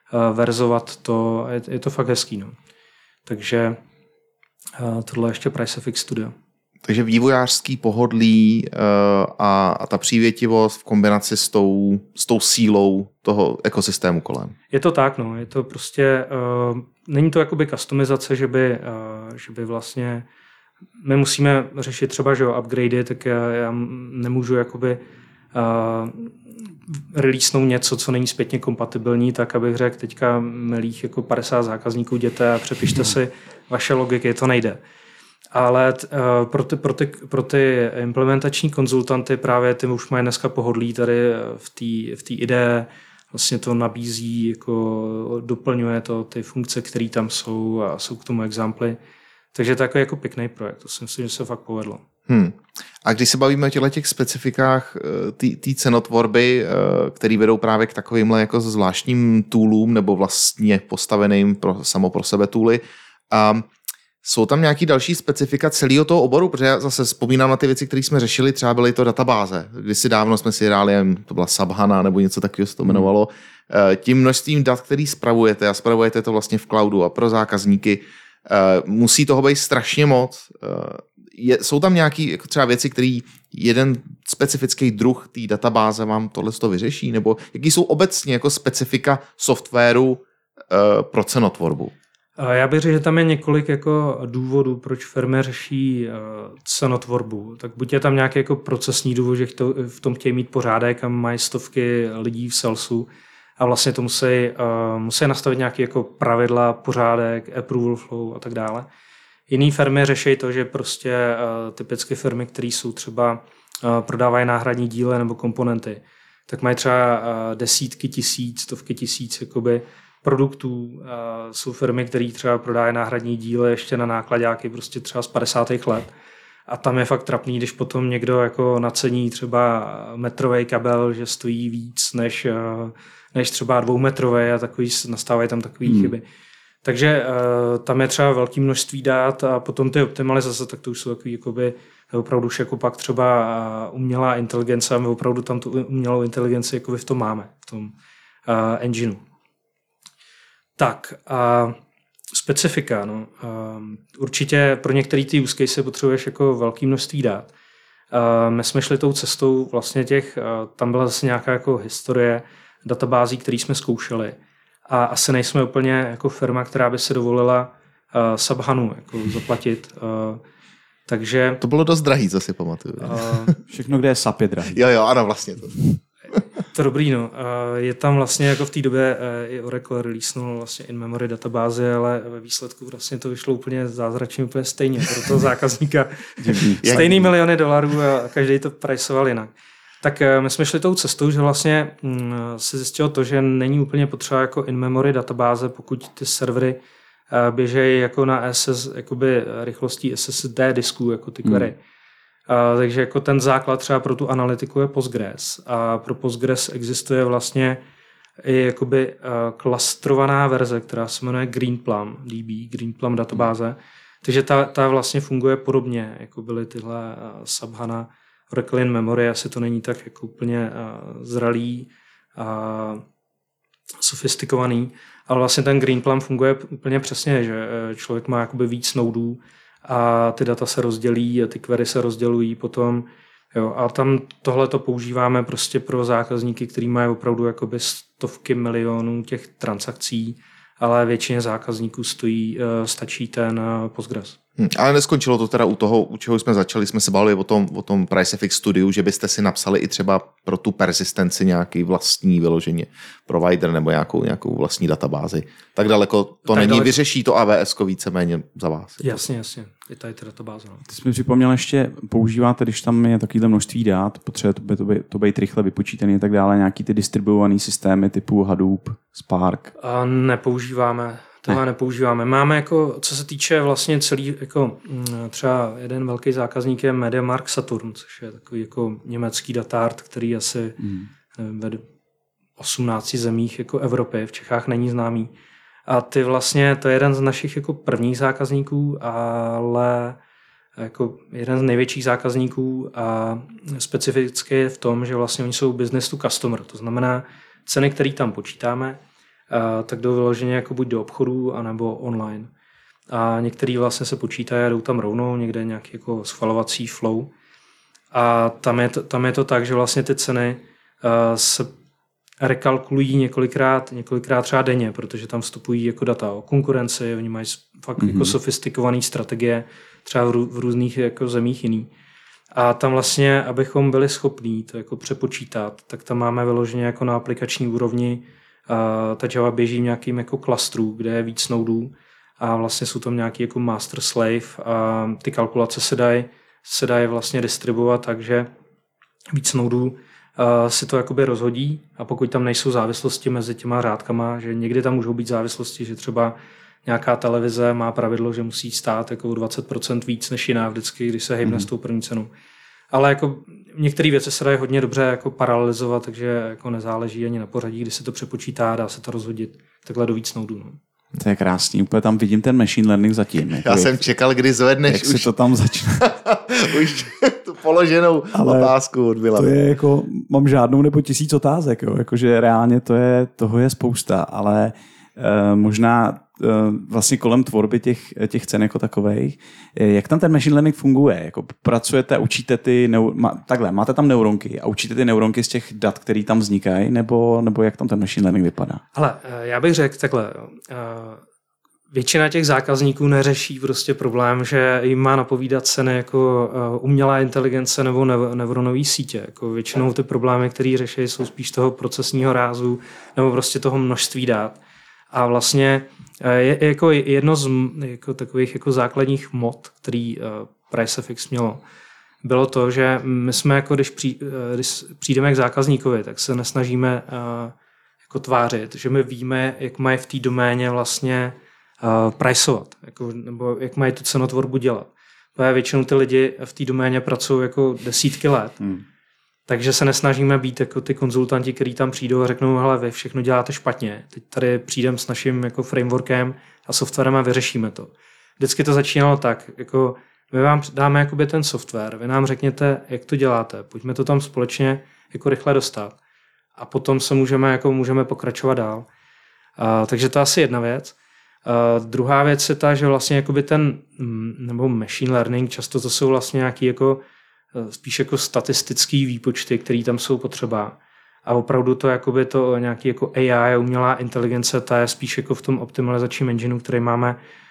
verzovat to, je, je to fakt hezký. No. Takže tohle je ještě Pricefix Studio. Takže vývojářský pohodlí uh, a, a ta přívětivost v kombinaci s tou, s tou sílou toho ekosystému kolem. Je to tak, no. Je to prostě, uh, není to jakoby customizace, že by, uh, že by vlastně, my musíme řešit třeba, že jo, upgradey, tak já, já nemůžu jakoby uh, releasenout něco, co není zpětně kompatibilní, tak abych řekl teďka milých jako padesát zákazníků jděte a přepište si vaše logiky, to nejde. Ale uh, pro, ty, pro, ty, pro ty implementační konzultanty právě ty už mají dneska pohodlí tady v té v té I D E, vlastně to nabízí, jako doplňuje to ty funkce, které tam jsou a jsou k tomu exemply. Takže to je takový jako pěkný projekt, to si myslím, že se fakt povedlo. Hmm. A když se bavíme o těchto těch specifikách té cenotvorby, které vedou právě k takovýmhle jako zvláštním toolům nebo vlastně postaveným pro, samo pro sebe tooly, um, jsou tam nějaký další specifika celého toho oboru, protože já zase vzpomínám na ty věci, které jsme řešili, třeba byly to databáze. Kdysi dávno jsme si hráli, to byla Subhana nebo něco takového se to jmenovalo. Tím množstvím dat, který spravujete a spravujete to vlastně v cloudu a pro zákazníky, musí toho být strašně moc. Je, jsou tam nějaké jako třeba věci, které jeden specifický druh té databáze vám tohle to vyřeší? Nebo jaký jsou obecně jako specifika softwaru pro cenotvorbu? Já bych řekl, že tam je několik jako důvodů, proč firmy řeší cenotvorbu. Tak buď je tam nějaký jako procesní důvod, že v tom chtějí mít pořádek a mají stovky lidí v salesu a vlastně to musí, musí nastavit nějaké jako pravidla, pořádek, approval flow a tak dále. Jiné firmy řeší to, že prostě uh, typicky firmy, které jsou třeba uh, prodávají náhradní díly nebo komponenty, tak mají třeba uh, desítky tisíc, stovky tisíc jakoby, produktů. Uh, jsou firmy, které třeba prodávají náhradní díly ještě na nákladáky prostě třeba z padesátých let. A tam je fakt trapný, když potom někdo jako nacení třeba metrový kabel, že stojí víc než, uh, než třeba dvoumetrový a takový, nastávají tam takové hmm. chyby. Takže uh, tam je třeba velké množství dát a potom ty optimalizace, tak to už jsou takový jakoby, opravdu už jako pak třeba uh, umělá inteligence a my opravdu tam tu umělou inteligenci jakoby v tom máme, v tom uh, engineu. Tak a specifika. No. Uh, určitě pro některé ty use case potřebuješ jako velké množství dát. Uh, my jsme šli tou cestou vlastně těch, uh, tam byla zase nějaká jako historie databází, které jsme zkoušeli. A asi nejsme úplně jako firma, která by si dovolila uh, Subhanu jako zaplatit. Uh, takže... To bylo dost drahý, co si pamatuju. Uh, Všechno, kde je S A P, je drahý. Jo, jo, ano, vlastně to. To dobrý, no. Uh, je tam vlastně jako v té době uh, i Oracle releasenul vlastně in-memory databázy, ale ve výsledku vlastně to vyšlo úplně zázračně, úplně stejně pro toho zákazníka. Stejný miliony dolarů a každý to priceoval jinak. Tak my jsme šli tou cestou, že vlastně se zjistilo to, že není úplně potřeba jako in-memory databáze, pokud ty servery běžejí jako na S S, jakoby rychlostí S S D disků, jako ty query. Hmm. A, takže jako ten základ třeba pro tu analytiku je Postgres. A pro Postgres existuje vlastně i jakoby klastrovaná verze, která se jmenuje Greenplum D B, Greenplum databáze. Takže ta, ta vlastně funguje podobně, jako byly tyhle Subhana, Oracle in memory, asi to není tak jako úplně uh, zralý a uh, sofistikovaný, ale vlastně ten Greenplum funguje úplně přesně, že člověk má jakoby víc nodů a ty data se rozdělí a ty query se rozdělují potom. Jo, a tam tohle to používáme prostě pro zákazníky, který mají opravdu jakoby stovky milionů těch transakcí, ale většině zákazníků stojí, uh, stačí ten uh, Postgres. Hmm, ale neskončilo to teda u toho, u čeho jsme začali, jsme se bavili o tom, o tom PriceFX studiu, že byste si napsali i třeba pro tu persistenci nějaký vlastní vyloženě provider nebo nějakou, nějakou vlastní databázi. Tak daleko to tak není, daleko... vyřeší to A W S ko víceméně za vás. Jasně, jasně. Je tady ta databáze. No. Ty jsi mi připomněl ještě, používáte, když tam je takovýhle množství dát, potřebuje to, by, to, by, to být rychle vypočítaný a tak dále, nějaký ty distribuovaný systémy typu Hadoop, Spark? A nepoužíváme. Tohle ne. nepoužíváme. Máme jako, co se týče vlastně celý, jako třeba jeden velký zákazník je MediaMarkt Saturn, což je takový jako německý datart, který asi hmm. nevím, ve osmnácti zemích jako Evropy, v Čechách není známý. A ty vlastně, to je jeden z našich jako prvních zákazníků, ale jako jeden z největších zákazníků a specificky je v tom, že vlastně oni jsou business to customer, to znamená ceny, které tam počítáme, Uh, tak jdou vyloženě jako buď do obchodu, anebo online. A některý vlastně se počítají a jdou tam rovnou, někde nějaký jako schvalovací flow. A tam je to, tam je to tak, že vlastně ty ceny uh, se rekalkulují několikrát, několikrát třeba denně, protože tam vstupují jako data o konkurenci, oni mají fakt mm-hmm. jako sofistikované strategie, třeba v, rů, v různých jako zemích jiný. A tam vlastně, abychom byli schopní to jako přepočítat, tak tam máme vyloženě jako na aplikační úrovni. Uh, ta Java běží v nějakým jako klastru, kde je víc nodů a vlastně jsou tam nějaký jako master slave a ty kalkulace se dají se dají vlastně distribuovat, takže víc nodů uh, si to jakoby rozhodí a pokud tam nejsou závislosti mezi těma řádkama, že někdy tam můžou být závislosti, že třeba nějaká televize má pravidlo, že musí stát jako dvacet procent víc než jiná vždycky, když se hejbne mm-hmm. s tou první cenou. Ale jako některé věci se dají hodně dobře jako paralelizovat, takže jako nezáleží ani na pořadí, kdy se to přepočítá, dá se to rozhodit takhle do víc noudů. No. To je krásný, úplně tam vidím ten machine learning zatím. Jako Já jak, jsem čekal, kdy zvedneš jak už. si to tam začne. Už tu položenou ale otázku odbyla. To je jako, mám žádnou nebo tisíc otázek, jo. Jakože reálně to je, toho je spousta, ale e, možná e, vlastně kolem tvorby těch, těch cen jako takových. E, jak tam ten machine learning funguje? Jako pracujete, učíte ty, neur, má, takhle, máte tam neuronky a učíte ty neuronky z těch dat, které tam vznikají, nebo, nebo jak tam ten machine learning vypadá? Hele, já bych řekl takhle, většina těch zákazníků neřeší prostě problém, že jim má napovídat ceny jako umělá inteligence nebo neuronové sítě. Jako většinou ty problémy, které řeší, jsou spíš toho procesního rázu nebo prostě toho množství dat. A vlastně Je, je jako jedno z jako takových jako základních mod, který uh, PriceFX mělo, bylo to, že my jsme jako, když, při, když přijdeme k zákazníkovi, tak se nesnažíme uh, jako tvářit, že my víme, jak mají v té doméně vlastně uh, priceovat, jako, nebo jak mají tu cenotvorbu dělat. Protože většinou ty lidi v té doméně pracují jako desítky let, hmm. takže se nesnažíme být jako ty konzultanti, kteří tam přijdou a řeknou, hele, vy všechno děláte špatně, teď tady přijdeme s naším jako frameworkem a softwarem a vyřešíme to. Vždycky to začínalo tak, jako my vám dáme jakoby ten software, vy nám řekněte, jak to děláte, pojďme to tam společně jako rychle dostat a potom se můžeme, jako můžeme pokračovat dál. Uh, takže to je asi jedna věc. Uh, druhá věc je ta, že vlastně jakoby ten, nebo machine learning, často to jsou vlastně nějaký jako, spíš jako statistický výpočty, které tam jsou potřeba. A opravdu to jakoby to nějaký jako A I, umělá inteligence, ta je spíš jako v tom optimalizačním engineu, který máme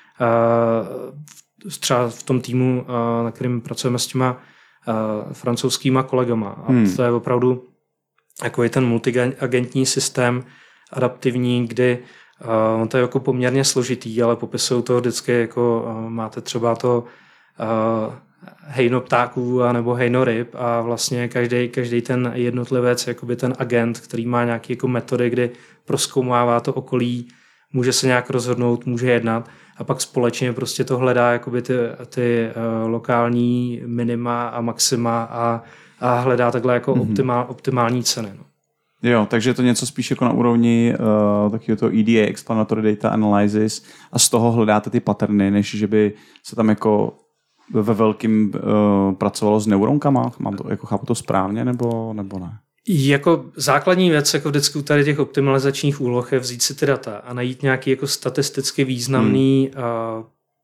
uh, třeba v tom týmu, uh, na kterým pracujeme s těma uh, francouzskýma kolegama. A hmm. to je opravdu jako ten multiagentní systém adaptivní, kdy uh, to je jako poměrně složitý, ale popisují to vždycky jako uh, máte třeba to uh, hejno ptáků a nebo hejno ryb a vlastně každý, každý ten jednotlivec, jakoby ten agent, který má nějaké jako metody, kdy prozkoumává to okolí, může se nějak rozhodnout, může jednat a pak společně prostě to hledá jakoby ty, ty uh, lokální minima a maxima a, a hledá takhle jako mm-hmm. optimál, optimální ceny. No. Jo, takže je to něco spíš jako na úrovni uh, takového to E D A, Explanatory Data Analysis, a z toho hledáte ty paterny, než že by se tam jako ve velkým uh, pracovalo s neuronkama? Mám to, jako chápu to správně, nebo, nebo ne? Jako základní věc jako vždycky u tady těch optimalizačních úloh je vzít si ty data a najít nějaký jako statisticky významný hmm. uh, uh,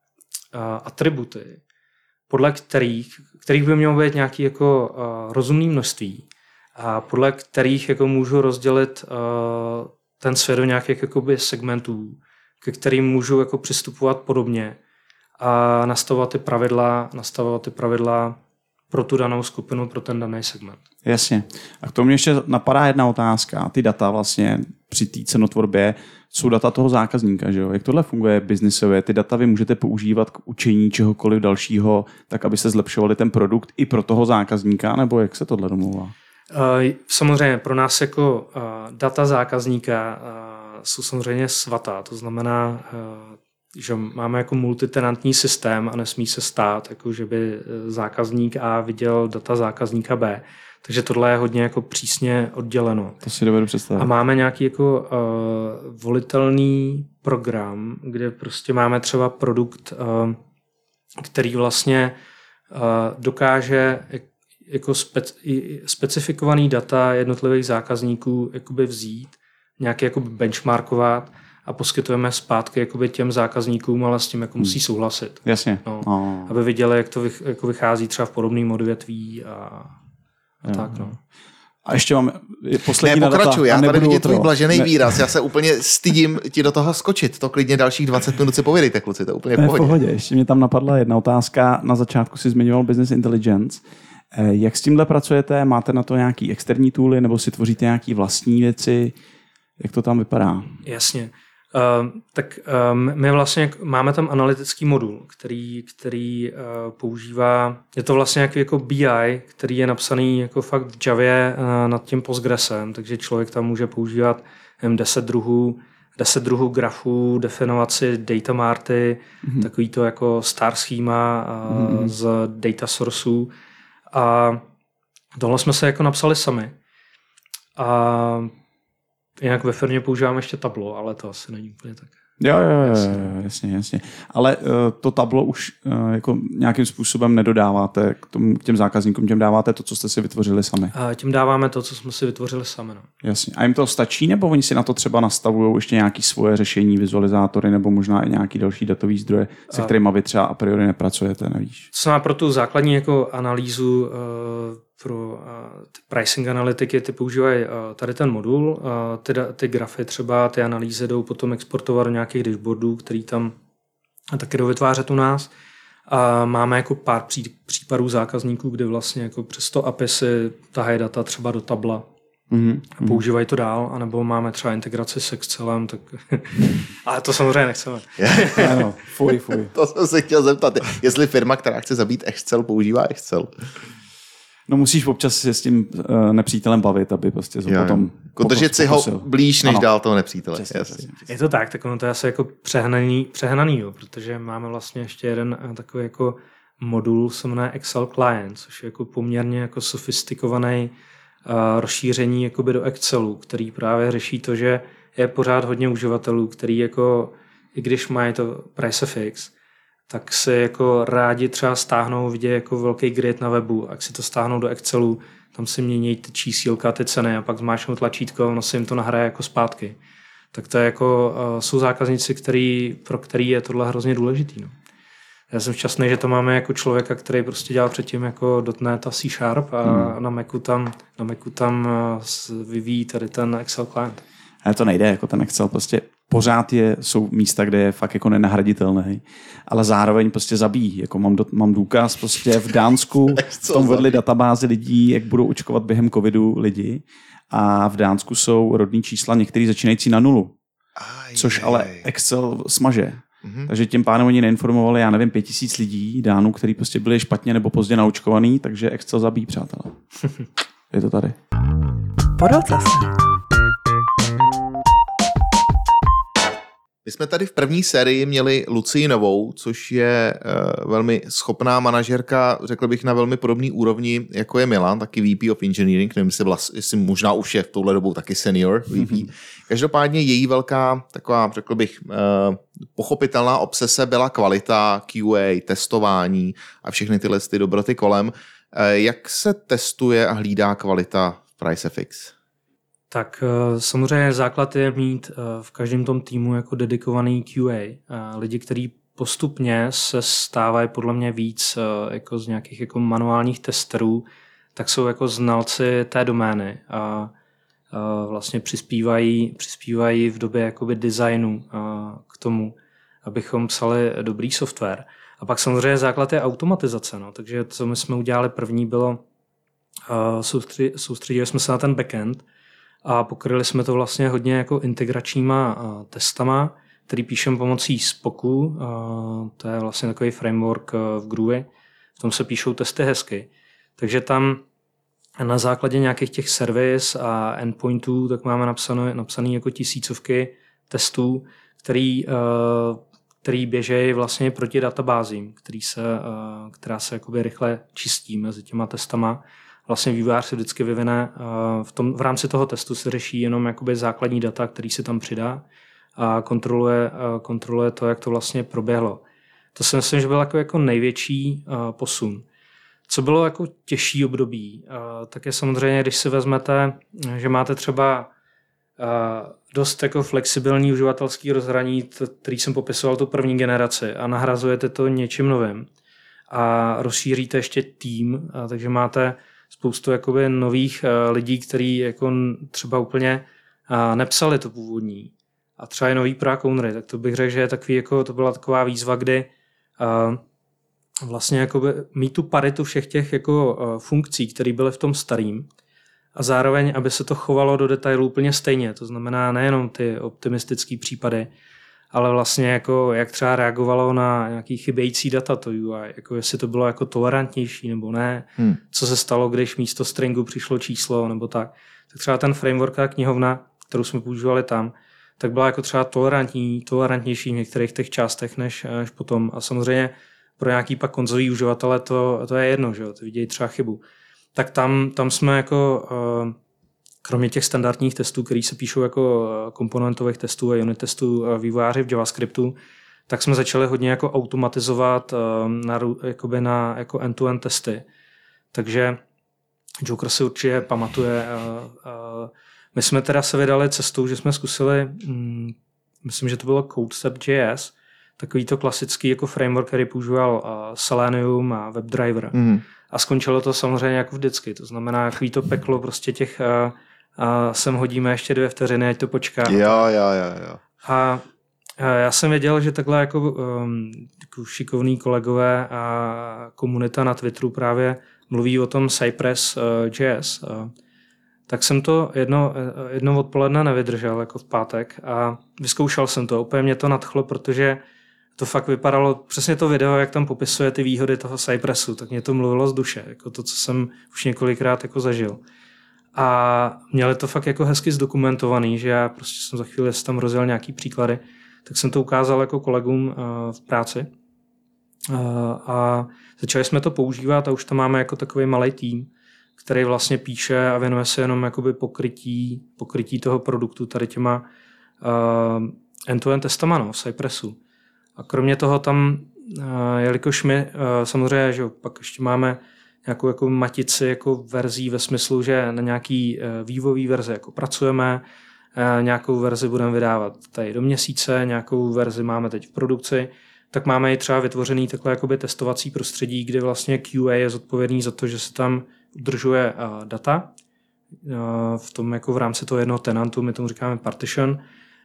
atributy, podle kterých, kterých by mělo být nějaký jako uh, rozumný množství a podle kterých jako můžu rozdělit uh, ten svět do nějakých jakoby segmentů, ke kterým můžu jako přistupovat podobně a nastavovat ty pravidla, nastavovat ty pravidla pro tu danou skupinu, pro ten daný segment. Jasně. A k tomu mě ještě napadá jedna otázka. Ty data vlastně při té cenotvorbě jsou data toho zákazníka, že jo? Jak tohle funguje biznisově? Ty data vy můžete používat k učení čehokoliv dalšího, tak aby se zlepšovali ten produkt i pro toho zákazníka, nebo jak se tohle domluvá? Samozřejmě pro nás jako data zákazníka jsou samozřejmě svatá. To znamená, že máme jako multitenantní systém a nesmí se stát, jako že by zákazník A viděl data zákazníka B. Takže tohle je hodně jako přísně odděleno. To si dovedu představit. A máme nějaký jako uh, volitelný program, kde prostě máme třeba produkt, uh, který vlastně uh, dokáže jako spec, specifikovaný data jednotlivých zákazníků jakoby vzít, nějaký jakoby benchmarkovat a poskytujeme zpátky jakoby těm zákazníkům, ale s tím jako musí souhlasit. Jasně. No, no. Aby viděli, jak to vych, jako vychází třeba v podobném odvětví a, a tak. No. A ještě mám poslední ne, pokračuj, já tady vidím tvůj blažený ne. výraz, já se úplně stydím ti do toho skočit, to klidně dalších dvacet minut si povědejte, kluci, to je úplně v pohodě. v pohodě. Ještě mě tam napadla jedna otázka, na začátku si zmiňoval business intelligence. Jak s tímhle pracujete? Máte na to nějaký externí tooly nebo si tvoříte nějaký vlastní věci? Jak to tam vypadá? Jasně. Uh, tak um, my vlastně máme tam analytický modul, který, který uh, používá, je to vlastně nějaký jako B I, který je napsaný jako fakt v Javě uh, nad tím Postgresem, takže člověk tam může používat jen deset druhů, deset druhů grafů, definovat si data marty, mm-hmm. takový to jako star schema uh, mm-hmm. z data sourceů. A tohle jsme se jako napsali sami. A jinak ve firmě používáme ještě Tableau, ale to asi není úplně tak. Jo, jo, jo, jasně, jasně. jasně. Ale uh, to Tableau už uh, jako nějakým způsobem nedodáváte k, tomu, k těm zákazníkům, těm dáváte to, co jste si vytvořili sami. A tím dáváme to, co jsme si vytvořili sami. No. Jasně. A jim to stačí, nebo oni si na to třeba nastavují ještě nějaké svoje řešení, vizualizátory, nebo možná i nějaký další datový zdroje, se a... kterými vy třeba a priori nepracujete, nevíš? Co má pro tu základní jako analýzu uh, pro uh, ty pricing analytiky, ty používají uh, tady ten modul, uh, ty, ty grafy třeba, ty analýzy jdou potom exportovat do nějakých dashboardů, který tam taky jdou vytvářet u nás. A máme jako pár pří, případů zákazníků, kde vlastně jako přes to A P I si tahají data třeba do Tabla Mm-hmm. A používají to dál, anebo máme třeba integraci s Excelem, tak... ale to samozřejmě nechceme. Ano, fuj, fuj. To jsem se chtěl zeptat, jestli firma, která chce zabít Excel, používá Excel. No musíš občas se s tím uh, nepřítelem bavit, aby prostě Jo, potom... Držet si ho blíž, než ano. dál toho nepřítele. Přesně, Jasně. přesně, přesně. Je to tak, tak ono to je asi jako přehnaný, přehnaný jo, protože máme vlastně ještě jeden takový jako modul, se jmenuje Excel Client, což je jako poměrně jako sofistikovaný uh, rozšíření jakoby do Excelu, který právě řeší to, že je pořád hodně uživatelů, který jako, i když mají to Pricefix, tak si jako rádi třeba stáhnou, vidí jako velký grid na webu, a jak si to stáhnou do Excelu, tam si mění ty čísílka, ty ceny a pak zmáčknou tlačítko, ono si jim to nahraje jako zpátky. Tak to je jako, uh, jsou zákazníci, který, pro který je tohle hrozně důležitý. No. Já jsem šťastný, že to máme jako člověka, který prostě dělal předtím jako .dot net a C Sharp a hmm. na Macu tam, na Macu tam uh, vyvíjí tady ten Excel client. Ale to nejde, jako ten Excel prostě pořád je, jsou místa, kde je fakt jako nenahraditelný, ale zároveň prostě zabíjí. Jako mám, do, mám důkaz prostě v Dánsku, v tom vedli databázi lidí, jak budou očkovat během covidu lidi a v Dánsku jsou rodný čísla, některý začínající na nulu, aj, což aj, ale Excel smaže. Mm-hmm. Takže tím pádem oni neinformovali, já nevím, pět tisíc lidí Dánů, který prostě byli špatně nebo pozdě naočkovaný, takže Excel zabíjí, přátelé. Je to tady. Podotaz. My jsme tady v první sérii měli Lucii Novou, což je uh, velmi schopná manažerka, řekl bych na velmi podobný úrovni, jako je Milan, taky V P of Engineering, nevím, jestli, vlast, jestli možná už je v touhle dobou taky senior V P. Každopádně její velká, taková, řekl bych, uh, pochopitelná obsese byla kvalita, Q A, testování a všechny tyhle ty dobroty kolem. Uh, jak se testuje a hlídá kvalita v Pricefix? Tak samozřejmě základ je mít v každém tom týmu jako dedikovaný Q A. Lidi, kteří postupně se stávají podle mě víc jako z nějakých jako manuálních testerů, tak jsou jako znalci té domény a vlastně přispívají, přispívají v době jakoby designu k tomu, abychom psali dobrý software. A pak samozřejmě základ je automatizace. No. Takže co my jsme udělali první bylo, soustředili jsme se na ten backend, a pokryli jsme to vlastně hodně jako integračníma testama, který píšeme pomocí Spoku. To je vlastně takový framework v Groovy. V tom se píšou testy hezky. Takže tam na základě nějakých těch service a endpointů tak máme napsané, napsané jako tisícovky testů, který, který běžejí vlastně proti databázím, který se, která se jakoby rychle čistí mezi těma testama. Vlastně vývojář se vždycky vyvine, v, tom, v rámci toho testu se řeší jenom jakoby základní data, který se tam přidá a kontroluje, kontroluje to, jak to vlastně proběhlo. To si myslím, že byl jako, jako největší posun. Co bylo jako těžší období, tak je samozřejmě, když si vezmete, že máte třeba dost jako flexibilní uživatelský rozhraní, který jsem popisoval tu první generaci a nahrazujete to něčím novým a rozšíříte ještě tým, takže máte spoustu jakoby nových uh, lidí, kteří jako třeba úplně uh, nepsali to původní a třeba je nový pro ownery, tak to bych řekl, že je takový, jako, to byla taková výzva, kdy uh, vlastně jakoby mít tu paritu všech těch jako, uh, funkcí, které byly v tom starým a zároveň, aby se to chovalo do detailů úplně stejně, to znamená nejenom ty optimistické případy, ale vlastně jako, jak třeba reagovalo na nějaký chybějící data to U I, jako jestli to bylo jako tolerantnější nebo ne, hmm. co se stalo, když místo stringu přišlo číslo nebo tak. Tak třeba ten framework a knihovna, kterou jsme používali tam, tak byla jako třeba tolerantní, tolerantnější v některých těch částech než, než potom. A samozřejmě pro nějaký pak konzolí uživatele to, to je jedno, že jo, to vidějí třeba chybu. Tak tam, tam jsme jako uh, kromě těch standardních testů, které se píšou jako komponentových testů a unit testů vývojáři v JavaScriptu, tak jsme začali hodně jako automatizovat na, jakoby na jako end-to-end testy. Takže Joker si určitě pamatuje. My jsme teda se vydali cestou, že jsme zkusili, myslím, že to bylo CodeStep.js, takový to klasický jako framework, který používal Selenium a WebDriver. Mm. A skončilo to samozřejmě jako vždycky. To znamená, takový to peklo prostě těch a sem hodíme ještě dvě vteřiny, ať to počká. Jo, jo, jo, jo. A já jsem věděl, že takhle jako, um, jako šikovní kolegové a komunita na Twitteru právě mluví o tom Cypress.js. Uh, tak jsem to jedno, jedno odpoledne nevydržel, jako v pátek a vyzkoušel jsem to. Úplně mě to nadchlo, protože to fakt vypadalo, přesně to video, jak tam popisuje ty výhody toho Cypressu, tak mě to mluvilo z duše, jako to, co jsem už několikrát jako zažil. A měli to fakt jako hezky zdokumentovaný, že já prostě jsem za chvíli tam rozjel nějaký příklady, tak jsem to ukázal jako kolegům uh, v práci uh, a začali jsme to používat a už tam máme jako takový malý tým, který vlastně píše a věnuje se jenom jakoby pokrytí, pokrytí toho produktu tady těma uh, end-to-end testama no, v Cypressu. A kromě toho tam, uh, jelikož my uh, samozřejmě, že pak ještě máme nějakou jako matici jako verzí ve smyslu, že na nějaký uh, vývojový verzi jako pracujeme, uh, nějakou verzi budeme vydávat tady do měsíce, nějakou verzi máme teď v produkci, tak máme i třeba vytvořený takhle jakoby testovací prostředí, kde vlastně Q A je zodpovědný za to, že se tam udržuje uh, data uh, v tom jako v rámci toho jednoho tenantu, my tomu říkáme partition,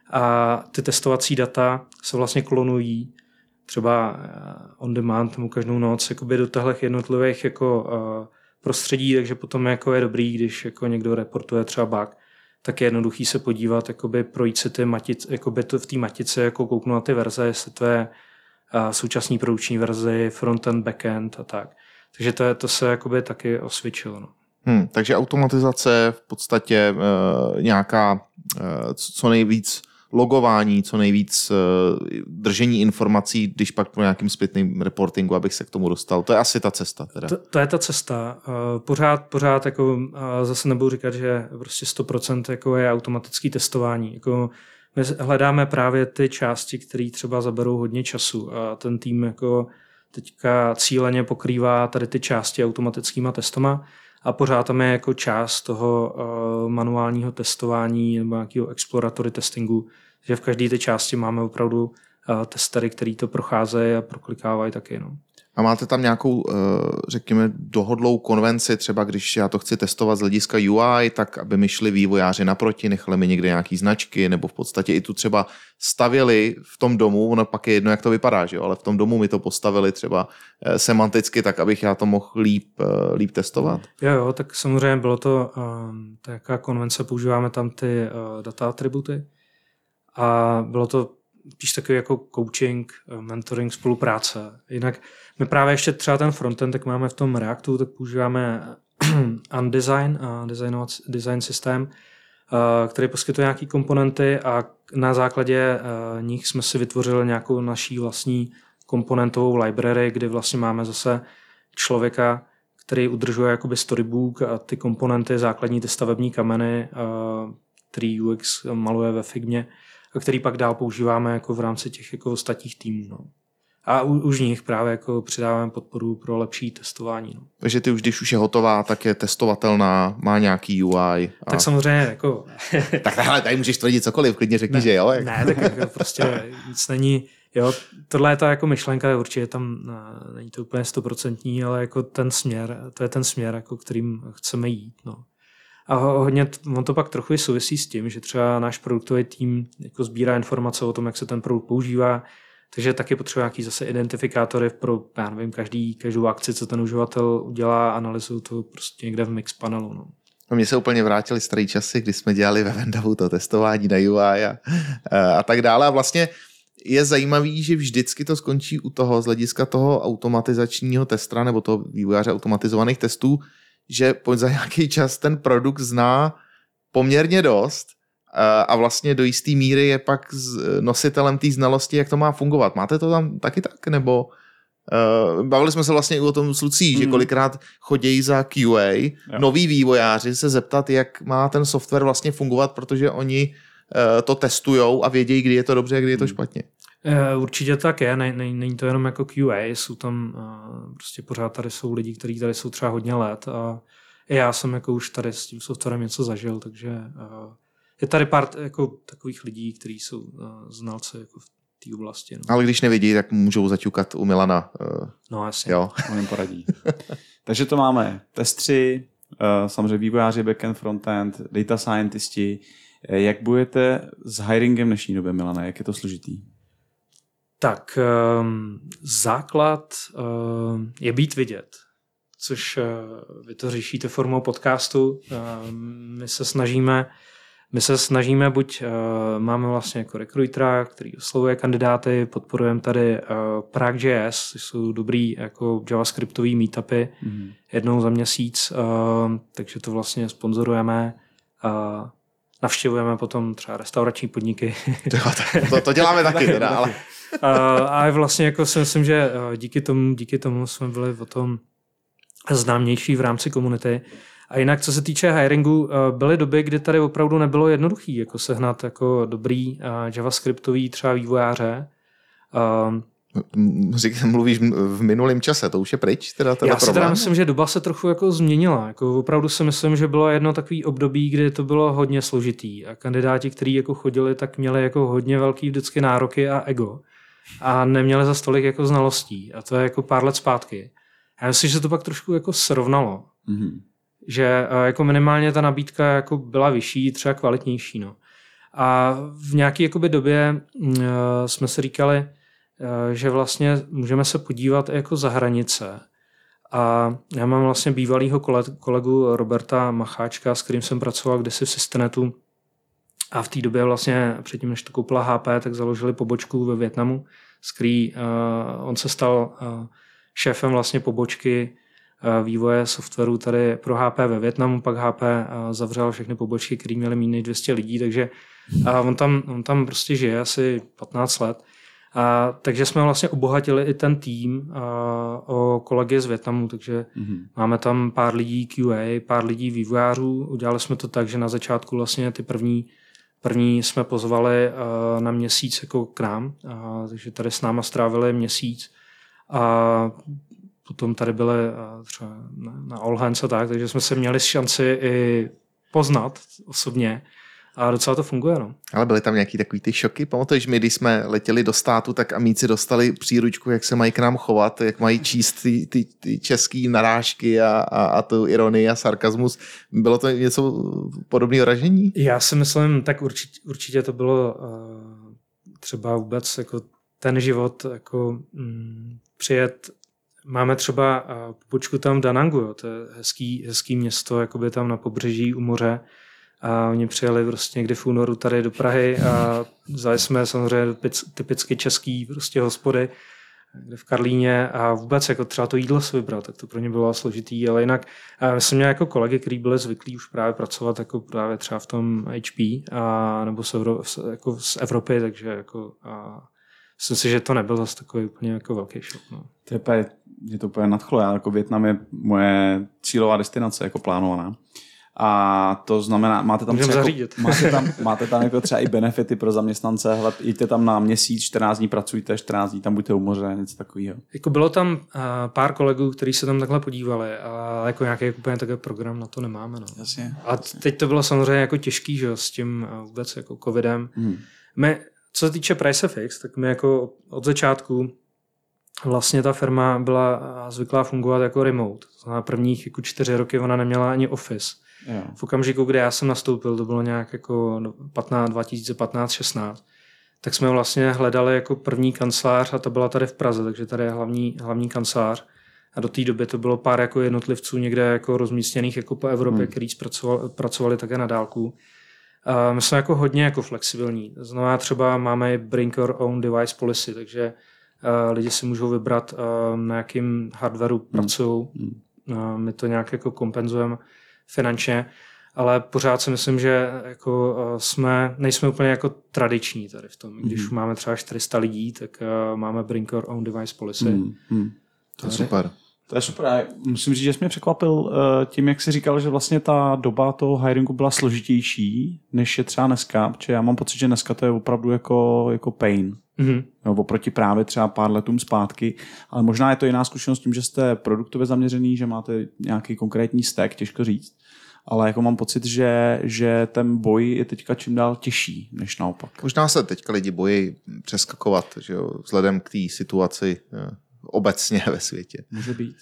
a ty testovací data se vlastně klonují třeba on demand nebo každou noc jakoby do těchto jednotlivých jako, uh, prostředí, takže potom jako je dobrý, když jako někdo reportuje třeba bug, tak je jednoduchý se podívat, jakoby projít si ty matice, jakoby to v té matice, jako kouknout na ty verze, jestli to je uh, současný produkční verzi, frontend, backend a tak. Takže to, je, to se jakoby taky osvědčilo. No. Hmm, takže automatizace v podstatě uh, nějaká uh, co nejvíc logování, co nejvíc uh, držení informací, když pak po nějakým zpětným reportingu, abych se k tomu dostal. To je asi ta cesta. Teda. To, to je ta cesta. Uh, pořád, pořád jako, uh, zase nebudu říkat, že prostě sto procent jako je automatické testování. Jako, my hledáme právě ty části, které třeba zaberou hodně času a ten tým jako teďka cíleně pokrývá tady ty části automatickýma testama a pořád tam je jako část toho uh, manuálního testování nebo nějakého exploratory testingu, že v každé té části máme opravdu uh, testery, který to procházejí a proklikávají taky. No. A máte tam nějakou, řekněme, dohodlou konvenci, třeba když já to chci testovat z hlediska U I, tak aby mi šli vývojáři naproti, nechali mi někde nějaký značky, nebo v podstatě i tu třeba stavěli v tom domu, ono pak je jedno, jak to vypadá, že jo? Ale v tom domu mi to postavili třeba semanticky, tak abych já to mohl líp, líp testovat. Jo, jo, tak samozřejmě bylo to, um, jaká konvence, používáme tam ty uh, data atributy a bylo to spíš takový jako coaching, mentoring, spolupráce. Jinak my právě ještě třeba ten frontend, tak máme v tom Reactu, tak používáme Undesign, designovací design systém, který poskytuje nějaké komponenty a na základě nich jsme si vytvořili nějakou naší vlastní komponentovou library, kdy vlastně máme zase člověka, který udržuje jakoby storybook a ty komponenty, základní ty stavební kameny, který U X maluje ve Figmě, a který pak dál používáme jako v rámci těch jako ostatních týmů. No. A u, už nich právě jako přidáváme podporu pro lepší testování. No. Takže ty už, když už je hotová, tak je testovatelná, má nějaký U I. A... Tak samozřejmě jako... tak hele, tady můžeš tvrdit cokoliv, klidně řekni, ne, že jo. Jak... Ne, tak jako prostě nic není... Jo, tohle je ta jako myšlenka, určitě tam není to úplně stoprocentní, ale jako ten směr, to je ten směr, jako kterým chceme jít. No. A hodně, on to pak trochu souvisí s tím, že třeba náš produktový tým jako sbírá informace o tom, jak se ten produkt používá, takže taky potřebuje nějaký zase identifikátory pro, já nevím, každý, každou akci, co ten uživatel udělá, analyzují to prostě někde v mix panelu. No. No, mně se úplně vrátily staré časy, kdy jsme dělali ve Vendavu to testování na U I a, a tak dále. A vlastně je zajímavý, že vždycky to skončí u toho, z hlediska toho automatizačního testra nebo toho vývojáře automatizovaných testů, že za nějaký čas ten produkt zná poměrně dost a vlastně do jisté míry je pak nositelem té znalosti, jak to má fungovat. Máte to tam taky tak? Nebo uh, bavili jsme se vlastně o tom s Lucí, hmm. že kolikrát chodí za Q A jo. noví vývojáři se zeptat, jak má ten software vlastně fungovat, protože oni uh, to testujou a vědějí, kdy je to dobře a kdy je to špatně. Určitě tak je, není to jenom jako Q A, jsou tam prostě pořád tady jsou lidi, kteří tady jsou třeba hodně let a já jsem jako už tady s tím softwarem něco zažil, takže je tady pár jako takových lidí, kteří jsou znalci jako v té oblasti. No. Ale když nevidí, tak můžou zaťukat u Milana. No jasně. Jo. On jim poradí. Takže to máme testři, samozřejmě vývojáři backend, frontend, data scientisti. Jak budete s hiringem v dnešní době, Milane? Jak je to složitý? Tak um, základ um, je být vidět. což vy to řešíte formou podcastu. My se snažíme My se snažíme, buď uh, máme vlastně jako rekrutera, který oslovuje kandidáty, podporujeme tady uh, Prague.js, což jsou dobrý jako javascriptový meetupy mm-hmm. jednou za měsíc, uh, takže to vlastně sponzorujeme. Uh, navštěvujeme potom třeba restaurační podniky. to, to děláme taky teda, ale... uh, a vlastně jako si myslím, že uh, díky tomu, díky tomu jsme byli o tom známější v rámci komunity. A jinak, co se týče hiringu, byly doby, kdy tady opravdu nebylo jednoduchý jako sehnat jako dobrý javascriptový třeba vývojáře. Řík, mluvíš v minulém čase, to už je pryč? Teda Já si teda myslím, že doba se trochu jako změnila. Jako opravdu si myslím, že bylo jedno takový období, kdy to bylo hodně složitý. A kandidáti, kteří jako chodili, tak měli jako hodně velký vždycky nároky a ego. A neměli za stolik jako znalostí. A to je jako pár let zpátky. Já myslím, že se to pak trošku jako srovnalo. Mm-hmm. Že jako minimálně ta nabídka jako byla vyšší, třeba kvalitnější. No. A v nějaké jakoby době uh, jsme si říkali, uh, že vlastně můžeme se podívat jako za hranice. A já mám vlastně bývalýho kolegu Roberta Macháčka, s kterým jsem pracoval kdysi v Systenetu. A v té době vlastně předtím, než to koupila H P, tak založili pobočku ve Vietnamu, s který uh, on se stal uh, šéfem vlastně pobočky vývoje softwaru tady pro H P ve Vietnamu, pak H P zavřel všechny pobočky, které měly méně dvě stě lidí, takže on tam, on tam prostě žije asi patnáct let. A, takže jsme vlastně obohatili i ten tým a, o kolegy z Vietnamu, takže mm-hmm. máme tam pár lidí Q A, pár lidí vývojářů. Udělali jsme to tak, že na začátku vlastně ty první, první jsme pozvali a, na měsíc jako k nám, a, takže tady s náma strávili měsíc a potom tady byly třeba na All Hands a tak, takže jsme se měli šanci i poznat osobně a docela to funguje. No. Ale byly tam nějaký takový ty šoky? Pamatuješ mi, když jsme letěli do státu, tak amíci dostali příručku, jak se mají k nám chovat, jak mají číst ty, ty, ty český narážky a, a, a tu ironii a sarkazmus. Bylo to něco podobného ražení? Já si myslím, tak určitě, určitě to bylo uh, třeba vůbec jako ten život jako mm, přijet. Máme třeba pobočku tam v Danangu, jo. To je hezký, hezký město, jakoby tam na pobřeží u moře. A oni přijeli prostě někdy v únoru tady do Prahy a vzali jsme samozřejmě typicky český prostě hospody, kde v Karlíně a vůbec jako třeba to jídlo si vybrat, tak to pro ně bylo složitý, ale jinak já jsem měl jako kolegy, kteří byli zvyklí už právě pracovat jako právě třeba v tom H P a, nebo z, Evro, jako z Evropy, takže jako a, myslím si, že to nebyl zase takový úplně jako velký šok. No. To je, úplně, je to úplně nadchlo. Já jako Vietnam je moje cílová destinace jako plánovaná. A to znamená, máte tam, třeba jako, máte tam, máte tam jako třeba i benefity pro zaměstnance, hele, jděte tam na měsíc, čtrnáct dní pracujte, čtrnáct dní tam buďte u moře, něco takového. Jako bylo tam uh, pár kolegů, kteří se tam takhle podívali, a jako nějaký úplně takový program na to nemáme. No. Jasně, a teď to bylo samozřejmě jako těžký, že s tím uh, vůbec jako covidem. Hmm. My, co se týče PriceFX, tak my jako od začátku vlastně ta firma byla zvyklá fungovat jako remote. Na prvních jako čtyři roky ona neměla ani office. Jo. V okamžiku, kdy já jsem nastoupil, to bylo nějak jako dva tisíce patnáct šestnáct, tak jsme vlastně hledali jako první kancelář a ta byla tady v Praze, takže tady je hlavní, hlavní kancelář. A do té doby to bylo pár jako jednotlivců někde jako rozmístěných jako po Evropě, hmm. kteří pracovali také na dálku. A my jsme jako hodně jako flexibilní. Znamená třeba máme bring your own device policy, takže uh, lidi si můžou vybrat, uh, na jakým hardwareu hmm. pracují. Hmm. Uh, my to nějak jako kompenzujeme finančně, ale pořád si myslím, že jako jsme, nejsme úplně jako tradiční tady v tom. Když mm. máme třeba čtyři sta lidí, tak uh, máme bring your own device policy. Mm. Mm. To je super. To je super. Já musím říct, že jsi mě překvapil uh, tím, jak jsi říkal, že vlastně ta doba toho hiringu byla složitější, než je třeba dneska, protože já mám pocit, že dneska to je opravdu jako, jako pain. Mm-hmm. No, oproti právě třeba pár letům zpátky, ale možná je to jiná zkušenost tím, že jste produktově zaměřený, že máte nějaký konkrétní stack, těžko říct, ale jako mám pocit, že, že ten boj je teďka čím dál těžší, než naopak. Možná se teďka lidi bojí přeskakovat, že jo, vzhledem k té situaci obecně ve světě. Může být.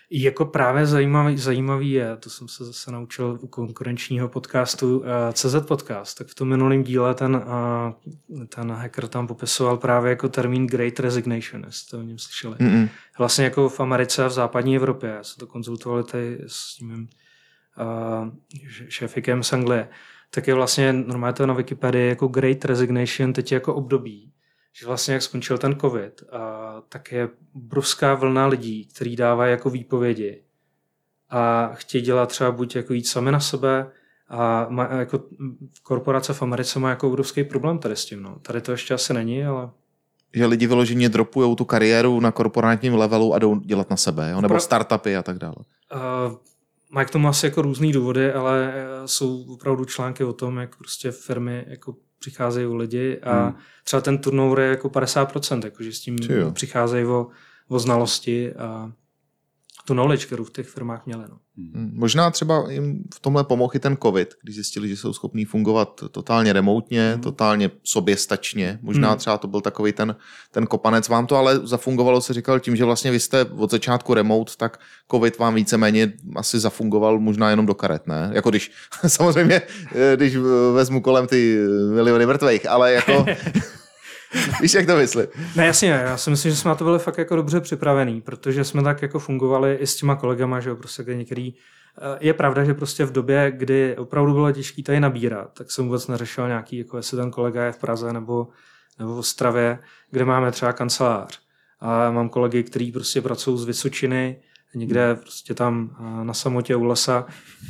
Jako právě zajímavý, zajímavý je, to jsem se zase naučil u konkurenčního podcastu uh, C Z Podcast, tak v tom minulém díle ten, uh, ten hacker tam popisoval právě jako termín Great Resignation, jestli to o něm slyšeli. Mm-mm. Vlastně jako v Americe a v západní Evropě, se to konzultovali tady s tím uh, šéfikem z Anglie, tak je vlastně normálně to na Wikipedii jako Great Resignation, teď je jako období, že vlastně jak skončil ten covid, a, tak je obrovská vlna lidí, který dávají jako výpovědi a chtějí dělat třeba buď jako jít sami na sebe a má, jako korporace v Americe má jako obrovský problém tady s tím. No. Tady to ještě asi není, ale... Že lidi vyloženě dropujou tu kariéru na korporátním levelu a jdou dělat na sebe, jo? Nebo Pro... startupy a tak dále. Uh, mají k tomu asi jako různý důvody, ale jsou opravdu články o tom, jak prostě firmy jako přicházejí u lidi a hmm. třeba ten turnover je jako padesát procent, jakože s tím přicházejí o, o znalosti a tu knowledge, kterou v těch firmách měli. No. Hmm. Možná třeba jim v tomhle pomohl i ten covid, když zjistili, že jsou schopní fungovat totálně remotně, hmm. totálně soběstačně. Možná hmm. třeba to byl takový ten, ten kopanec. Vám to ale zafungovalo, se říkal, tím, že vlastně vy jste od začátku remote, tak covid vám víceméně asi zafungoval možná jenom do karet, ne? Jako když, samozřejmě, když vezmu kolem ty miliony mrtvejch, ale jako... Víš, jak to myslím? Ne, jasně, já si myslím, že jsme na to byli fakt jako dobře připravený, protože jsme tak jako fungovali i s těma kolegama, že jo, prostě kde některý... Je pravda, že prostě v době, kdy opravdu bylo těžké tady nabírat, tak jsem vůbec neřešil nějaký, jako jestli ten kolega je v Praze nebo, nebo v Ostravě, kde máme třeba kancelář. A mám kolegy, kteří prostě pracují z Vysočiny, někde prostě tam na samotě u lesa,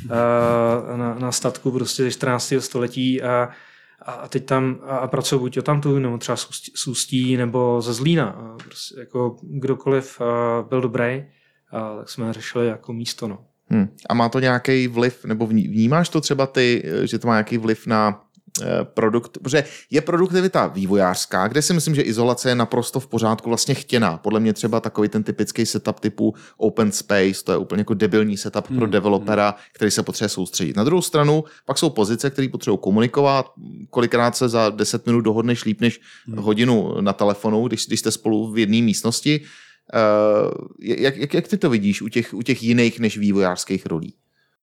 na, na statku prostě ze čtrnáctého století a a teď tam a pracuji buď o tamtu, nebo třeba z Ústí, nebo ze Zlína. A prostě jako kdokoliv byl dobrý, a tak jsme řešili jako místo. No. Hmm. A má to nějaký vliv, nebo vnímáš to třeba ty, že to má nějaký vliv na produkt, protože je produktivita vývojářská, kde si myslím, že izolace je naprosto v pořádku vlastně chtěná. Podle mě třeba takový ten typický setup typu open space, to je úplně jako debilní setup hmm. pro developera, který se potřebuje soustředit. Na druhou stranu pak jsou pozice, které potřebují komunikovat, kolikrát se za deset minut dohodneš líp než hmm. hodinu na telefonu, když, když jste spolu v jedné místnosti. Uh, jak, jak, jak ty to vidíš u těch, u těch jiných než vývojářských rolí?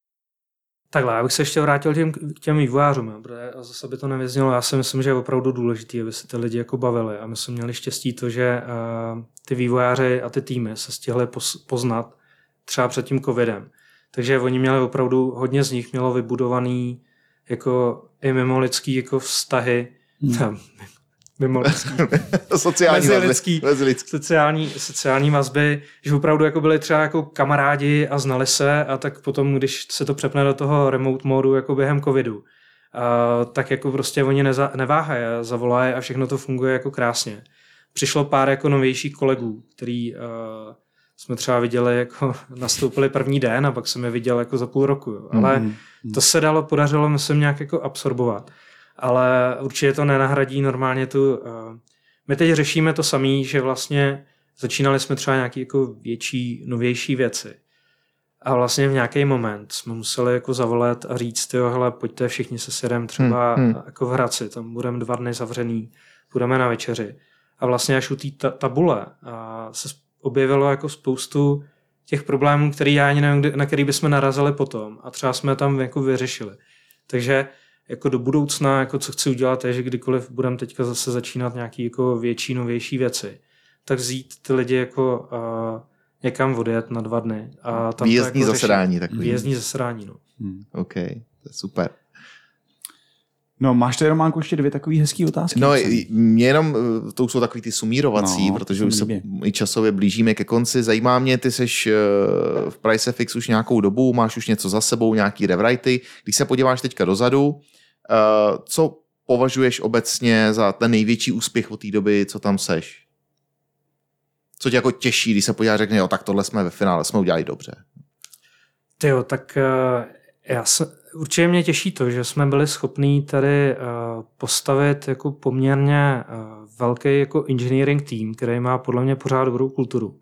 Takhle, já bych se ještě vrátil těm, k těm vývojářům, protože zase by to nevyznělo. Já si myslím, že je opravdu důležité, aby se ty lidi jako bavili a my jsme měli štěstí to, že uh, ty vývojáři a ty týmy se stihli poznat třeba před tím covidem. Takže oni měli opravdu, hodně z nich mělo vybudovaný jako i mimo lidský jako vztahy, hmm. tam, mimo lidský, sociální mezilidský, sociální, sociální vazby, že opravdu jako byli třeba jako kamarádi a znali se a tak potom, když se to přepne do toho remote modu jako během covidu, a, tak jako prostě oni neza, neváhají a zavolají a všechno to funguje jako krásně. Přišlo pár jako novějších kolegů, který uh, jsme třeba viděli, jako nastoupili první den a pak jsem je viděl jako za půl roku. Jo. Ale mm-hmm. to se dalo, podařilo myslím nějak jako absorbovat. Ale určitě to nenahradí normálně tu... Uh, my teď řešíme to samé, že vlastně začínali jsme třeba nějaké jako větší, novější věci. A vlastně v nějaký moment jsme museli jako zavolat a říct, jo, hele, pojďte všichni se sedem třeba hmm, hmm. jako v Hradci, tam budeme dva dny zavřený, půjdeme na večeři. A vlastně až u té ta- tabule a se objevilo jako spoustu těch problémů, který já ani nevím, na který bychom narazili potom. A třeba jsme tam jako vyřešili. Takže jako do budoucna, jako co chci udělat, je, že kdykoliv budeme teďka zase začínat nějaký jako větší, novější věci, tak vzít ty lidi jako uh, někam odjet na dva dny. A tam výjezdní jako zasedání takový. Výjezdní zasedání, no. Hmm. OK, to je super. No, máš tady, Románku, ještě dvě takové hezké otázky? No, mě jenom, to jsou takový ty sumírovací, no, protože už se i časově blížíme ke konci. Zajímá mě, ty seš v PriceFX už nějakou dobu, máš už něco za sebou, nějaký rewritey. Když se podíváš teďka dozadu, co považuješ obecně za ten největší úspěch od té doby, co tam seš? Co tě jako těší, když se podíváš, řekne, jo, tak tohle jsme ve finále, jsme udělali dobře. Tyjo, tak já se, určitě mě těší to, že jsme byli schopní tady postavit jako poměrně velký jako engineering tým, který má podle mě pořád dobrou kulturu.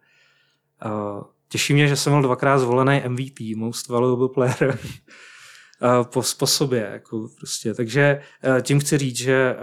Těší mě, že jsem byl dvakrát zvolený M V P, Most Valuable Player, po, po sobě. Jako prostě. Takže tím chci říct, že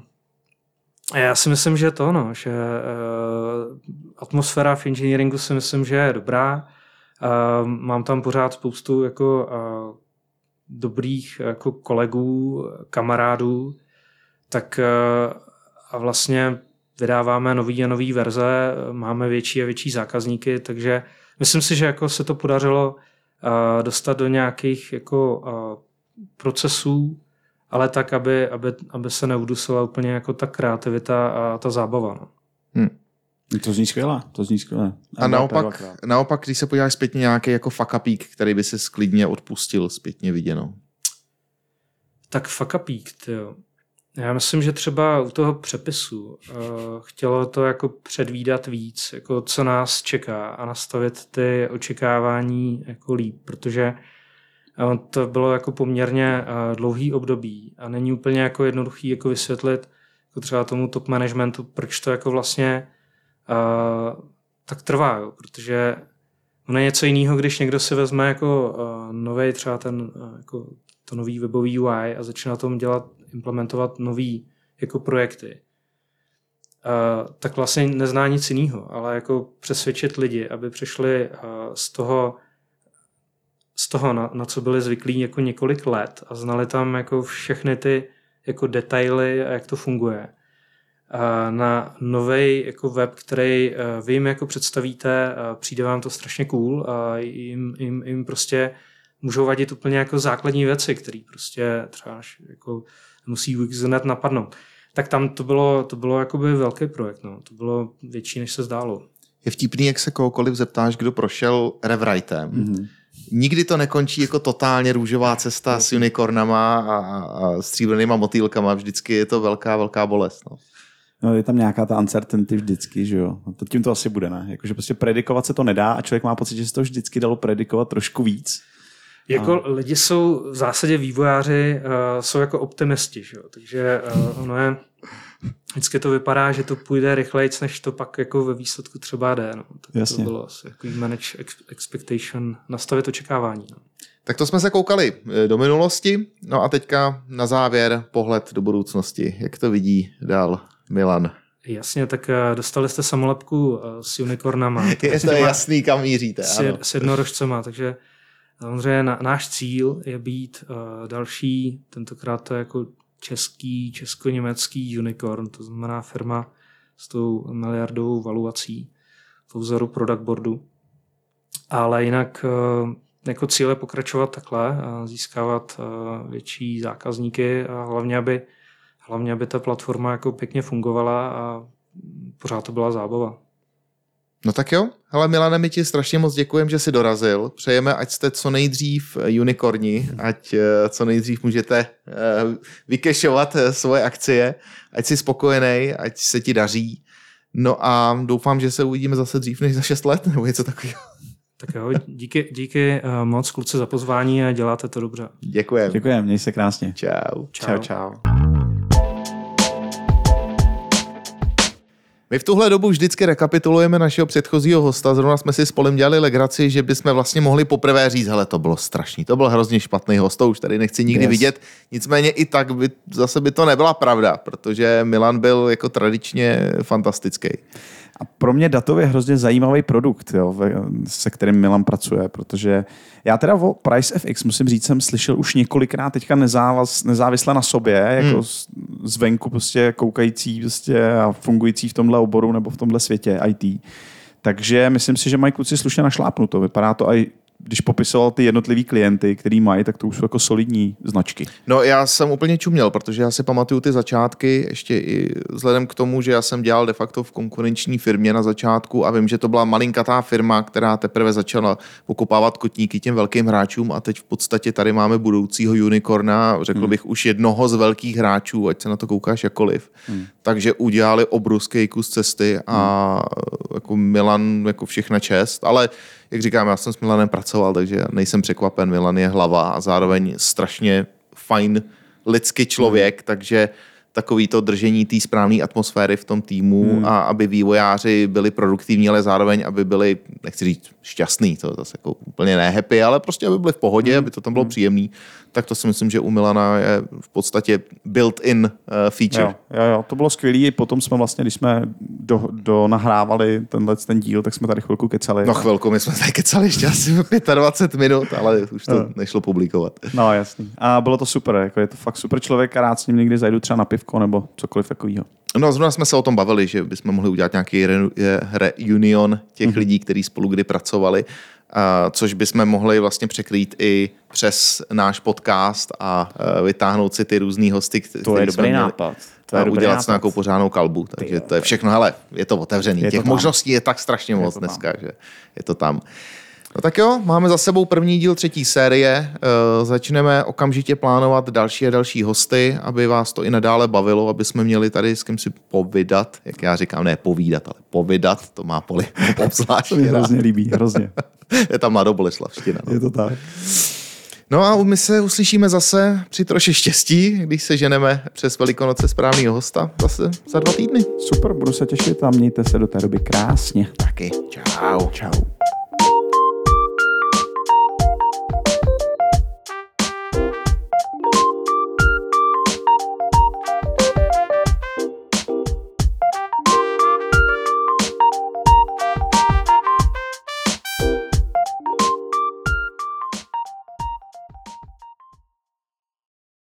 já si myslím, že to, no, že atmosféra v engineeringu si myslím, že je dobrá. Uh, mám tam pořád spoustu jako uh, dobrých jako kolegů, kamarádů, tak uh, a vlastně vydáváme nový a nový verze, máme větší a větší zákazníky, takže myslím si, že jako se to podařilo uh, dostat do nějakých jako uh, procesů, ale tak, aby, aby, aby se neudusila úplně jako ta kreativita a ta zábava. No. Hmm. To zní skvěle, to zní skvěle. A naopak, naopak, když se podíváš zpětně nějaký jako fuck upík, který by se sklidně odpustil zpětně viděno. Tak fuck upík, tyjo. Já myslím, že třeba u toho přepisu uh, chtělo to jako předvídat víc, jako co nás čeká a nastavit ty očekávání jako líp, protože uh, to bylo jako poměrně uh, dlouhý období a není úplně jako jednoduchý jako vysvětlit jako třeba tomu top managementu, proč to jako vlastně uh, tak trvá, jo, protože ono je něco jiného, když někdo si vezme jako uh, novej třeba ten uh, jako to nový webový U I a začne na tom dělat, implementovat nový jako projekty. Uh, tak vlastně nezná nic jiného, ale jako přesvědčit lidi, aby přešli uh, z toho, z toho na, na co byli zvyklí jako několik let a znali tam jako všechny ty jako detaily a jak to funguje. Uh, na novej jako web, který uh, vy jim jako představíte, uh, přijde vám to strašně cool a jim, jim, jim prostě můžou vadit úplně jako základní věci, které prostě třeba jako musí U X hned napadnout. Tak tam to bylo, to bylo jakoby velký projekt. No. To bylo větší, než se zdálo. Je vtipný, jak se kohokoliv zeptáš, kdo prošel rewritem. Mm-hmm. Nikdy to nekončí jako totálně růžová cesta s unicornama a, a stříbrnýma motýlkama. Vždycky je to velká, velká bolest. No. No, je tam nějaká ta uncertainty vždycky, že jo. To tím to asi bude, ne? Jakože prostě predikovat se to nedá a člověk má pocit, že se to vždycky dalo predikovat trošku víc. Jako a... lidi jsou v zásadě vývojáři, uh, jsou jako optimisti, že jo? Takže uh, ono je, vždycky to vypadá, že to půjde rychlejc, než to pak jako ve výsledku třeba jde. No. Tak Jasně. To bylo asi jako manage expectation, nastavit očekávání. No. Tak to jsme se koukali do minulosti, no a teďka na závěr pohled do budoucnosti. Jak to vidí dál Milan? Jasně, tak dostali jste samolepku s unicornama. Je to těma, jasný, kam míříte. S, ano. s jednorožcema, takže samozřejmě na, náš cíl je být uh, další, tentokrát to je jako český, česko-německý unicorn, to znamená firma s tou miliardovou valuací po vzoru product boardu. Ale jinak uh, jako cíl je pokračovat takhle a získávat uh, větší zákazníky a hlavně aby, hlavně, aby ta platforma jako pěkně fungovala a pořád to byla zábava. No tak jo, hele Milane, my ti strašně moc děkujeme, že jsi dorazil. Přejeme, ať jste co nejdřív unicorni, ať co nejdřív můžete vykešovat svoje akcie, ať jsi spokojený, ať se ti daří. No a doufám, že se uvidíme zase dřív než za šest let, nebo něco takového. Tak jo, díky, díky moc kluci za pozvání a děláte to dobře. Děkujeme. Děkujeme, měj se krásně. Čau. Čau, čau. My v tuhle dobu vždycky rekapitulujeme našeho předchozího hosta. Zrovna jsme si s Polem dělali legraci, že bychom vlastně mohli poprvé říct, hele, to bylo strašný, to byl hrozně špatný host, to už tady nechci nikdy yes. vidět. Nicméně i tak by, zase by to nebyla pravda, protože Milan byl jako tradičně fantastický. A pro mě datově hrozně zajímavý produkt, jo, se kterým Milan pracuje, protože já teda o PriceFX musím říct, jsem slyšel už několikrát teďka nezávis, nezávisle na sobě, jako hmm. zvenku prostě koukající prostě a fungující v tomhle oboru nebo v tomhle světě í té. Takže myslím si, že mají kluci slušně našlápnuto. Vypadá to i když popisoval ty jednotlivý klienty, který mají, tak to už jsou jako solidní značky. No já jsem úplně čuměl, protože já si pamatuju ty začátky, ještě i vzhledem k tomu, že já jsem dělal de facto v konkurenční firmě na začátku a vím, že to byla malinkatá firma, která teprve začala pokopávat kotníky těm velkým hráčům a teď v podstatě tady máme budoucího unicorna, řekl hmm. bych už jednoho z velkých hráčů, ať se na to koukáš jakkoliv. Hmm. Takže udělali obrovský kus cesty a hmm. jako Milan jako všechna čest, ale jak říkám, já jsem s Milanem pracoval, takže nejsem překvapen. Milan je hlava a zároveň strašně fajn lidský člověk, hmm. takže takový to držení té správné atmosféry v tom týmu Hmm. a aby vývojáři byli produktivní, ale zároveň, aby byli, nechci říct šťastný, to zase jako úplně ne happy, ale prostě aby byli v pohodě, hmm. aby to tam bylo hmm. příjemný, tak to si myslím, že u Milana je v podstatě built-in uh, feature. Jo, jo, jo, to bylo skvělý. Potom jsme vlastně, když jsme do, do nahrávali tenhle ten díl, tak jsme tady chvilku kecali. No chvilku, my jsme tady kecali ještě asi dvacet pět minut, ale už to no. nešlo publikovat. No jasný. A bylo to super, jako je to fakt super člověk a rád s ním někdy zajdu třeba na pivko nebo cokoliv takového. No zrovna jsme se o tom bavili, že bychom mohli udělat nějaký reunion těch mm-hmm. lidí, kteří spolu kdy pracovali, a což bychom mohli vlastně překrýt i přes náš podcast a vytáhnout si ty různý hosty, který to je dobrý měli, nápad. To a je udělat nápad. si nějakou pořádnou kalbu. Takže to je všechno, hele, je to otevřený. Je to těch tam. možností je tak strašně moc dneska, že je to tam. No tak jo, máme za sebou první díl třetí série. E, začneme okamžitě plánovat další a další hosty, aby vás to i nadále bavilo, aby jsme měli tady s kým si povídat, jak já říkám, ne povídat, ale povídat, to má Poli obzvlášť. To mi hrozně líbí, hrozně. Je tam mladoboleslavština. No. Je to tak. No a my se uslyšíme zase při troše štěstí, když se ženeme přes Velikonoce správného hosta zase za dva týdny. Super, budu se těšit a mějte se do té doby krásně. Taky. Čau. Čau.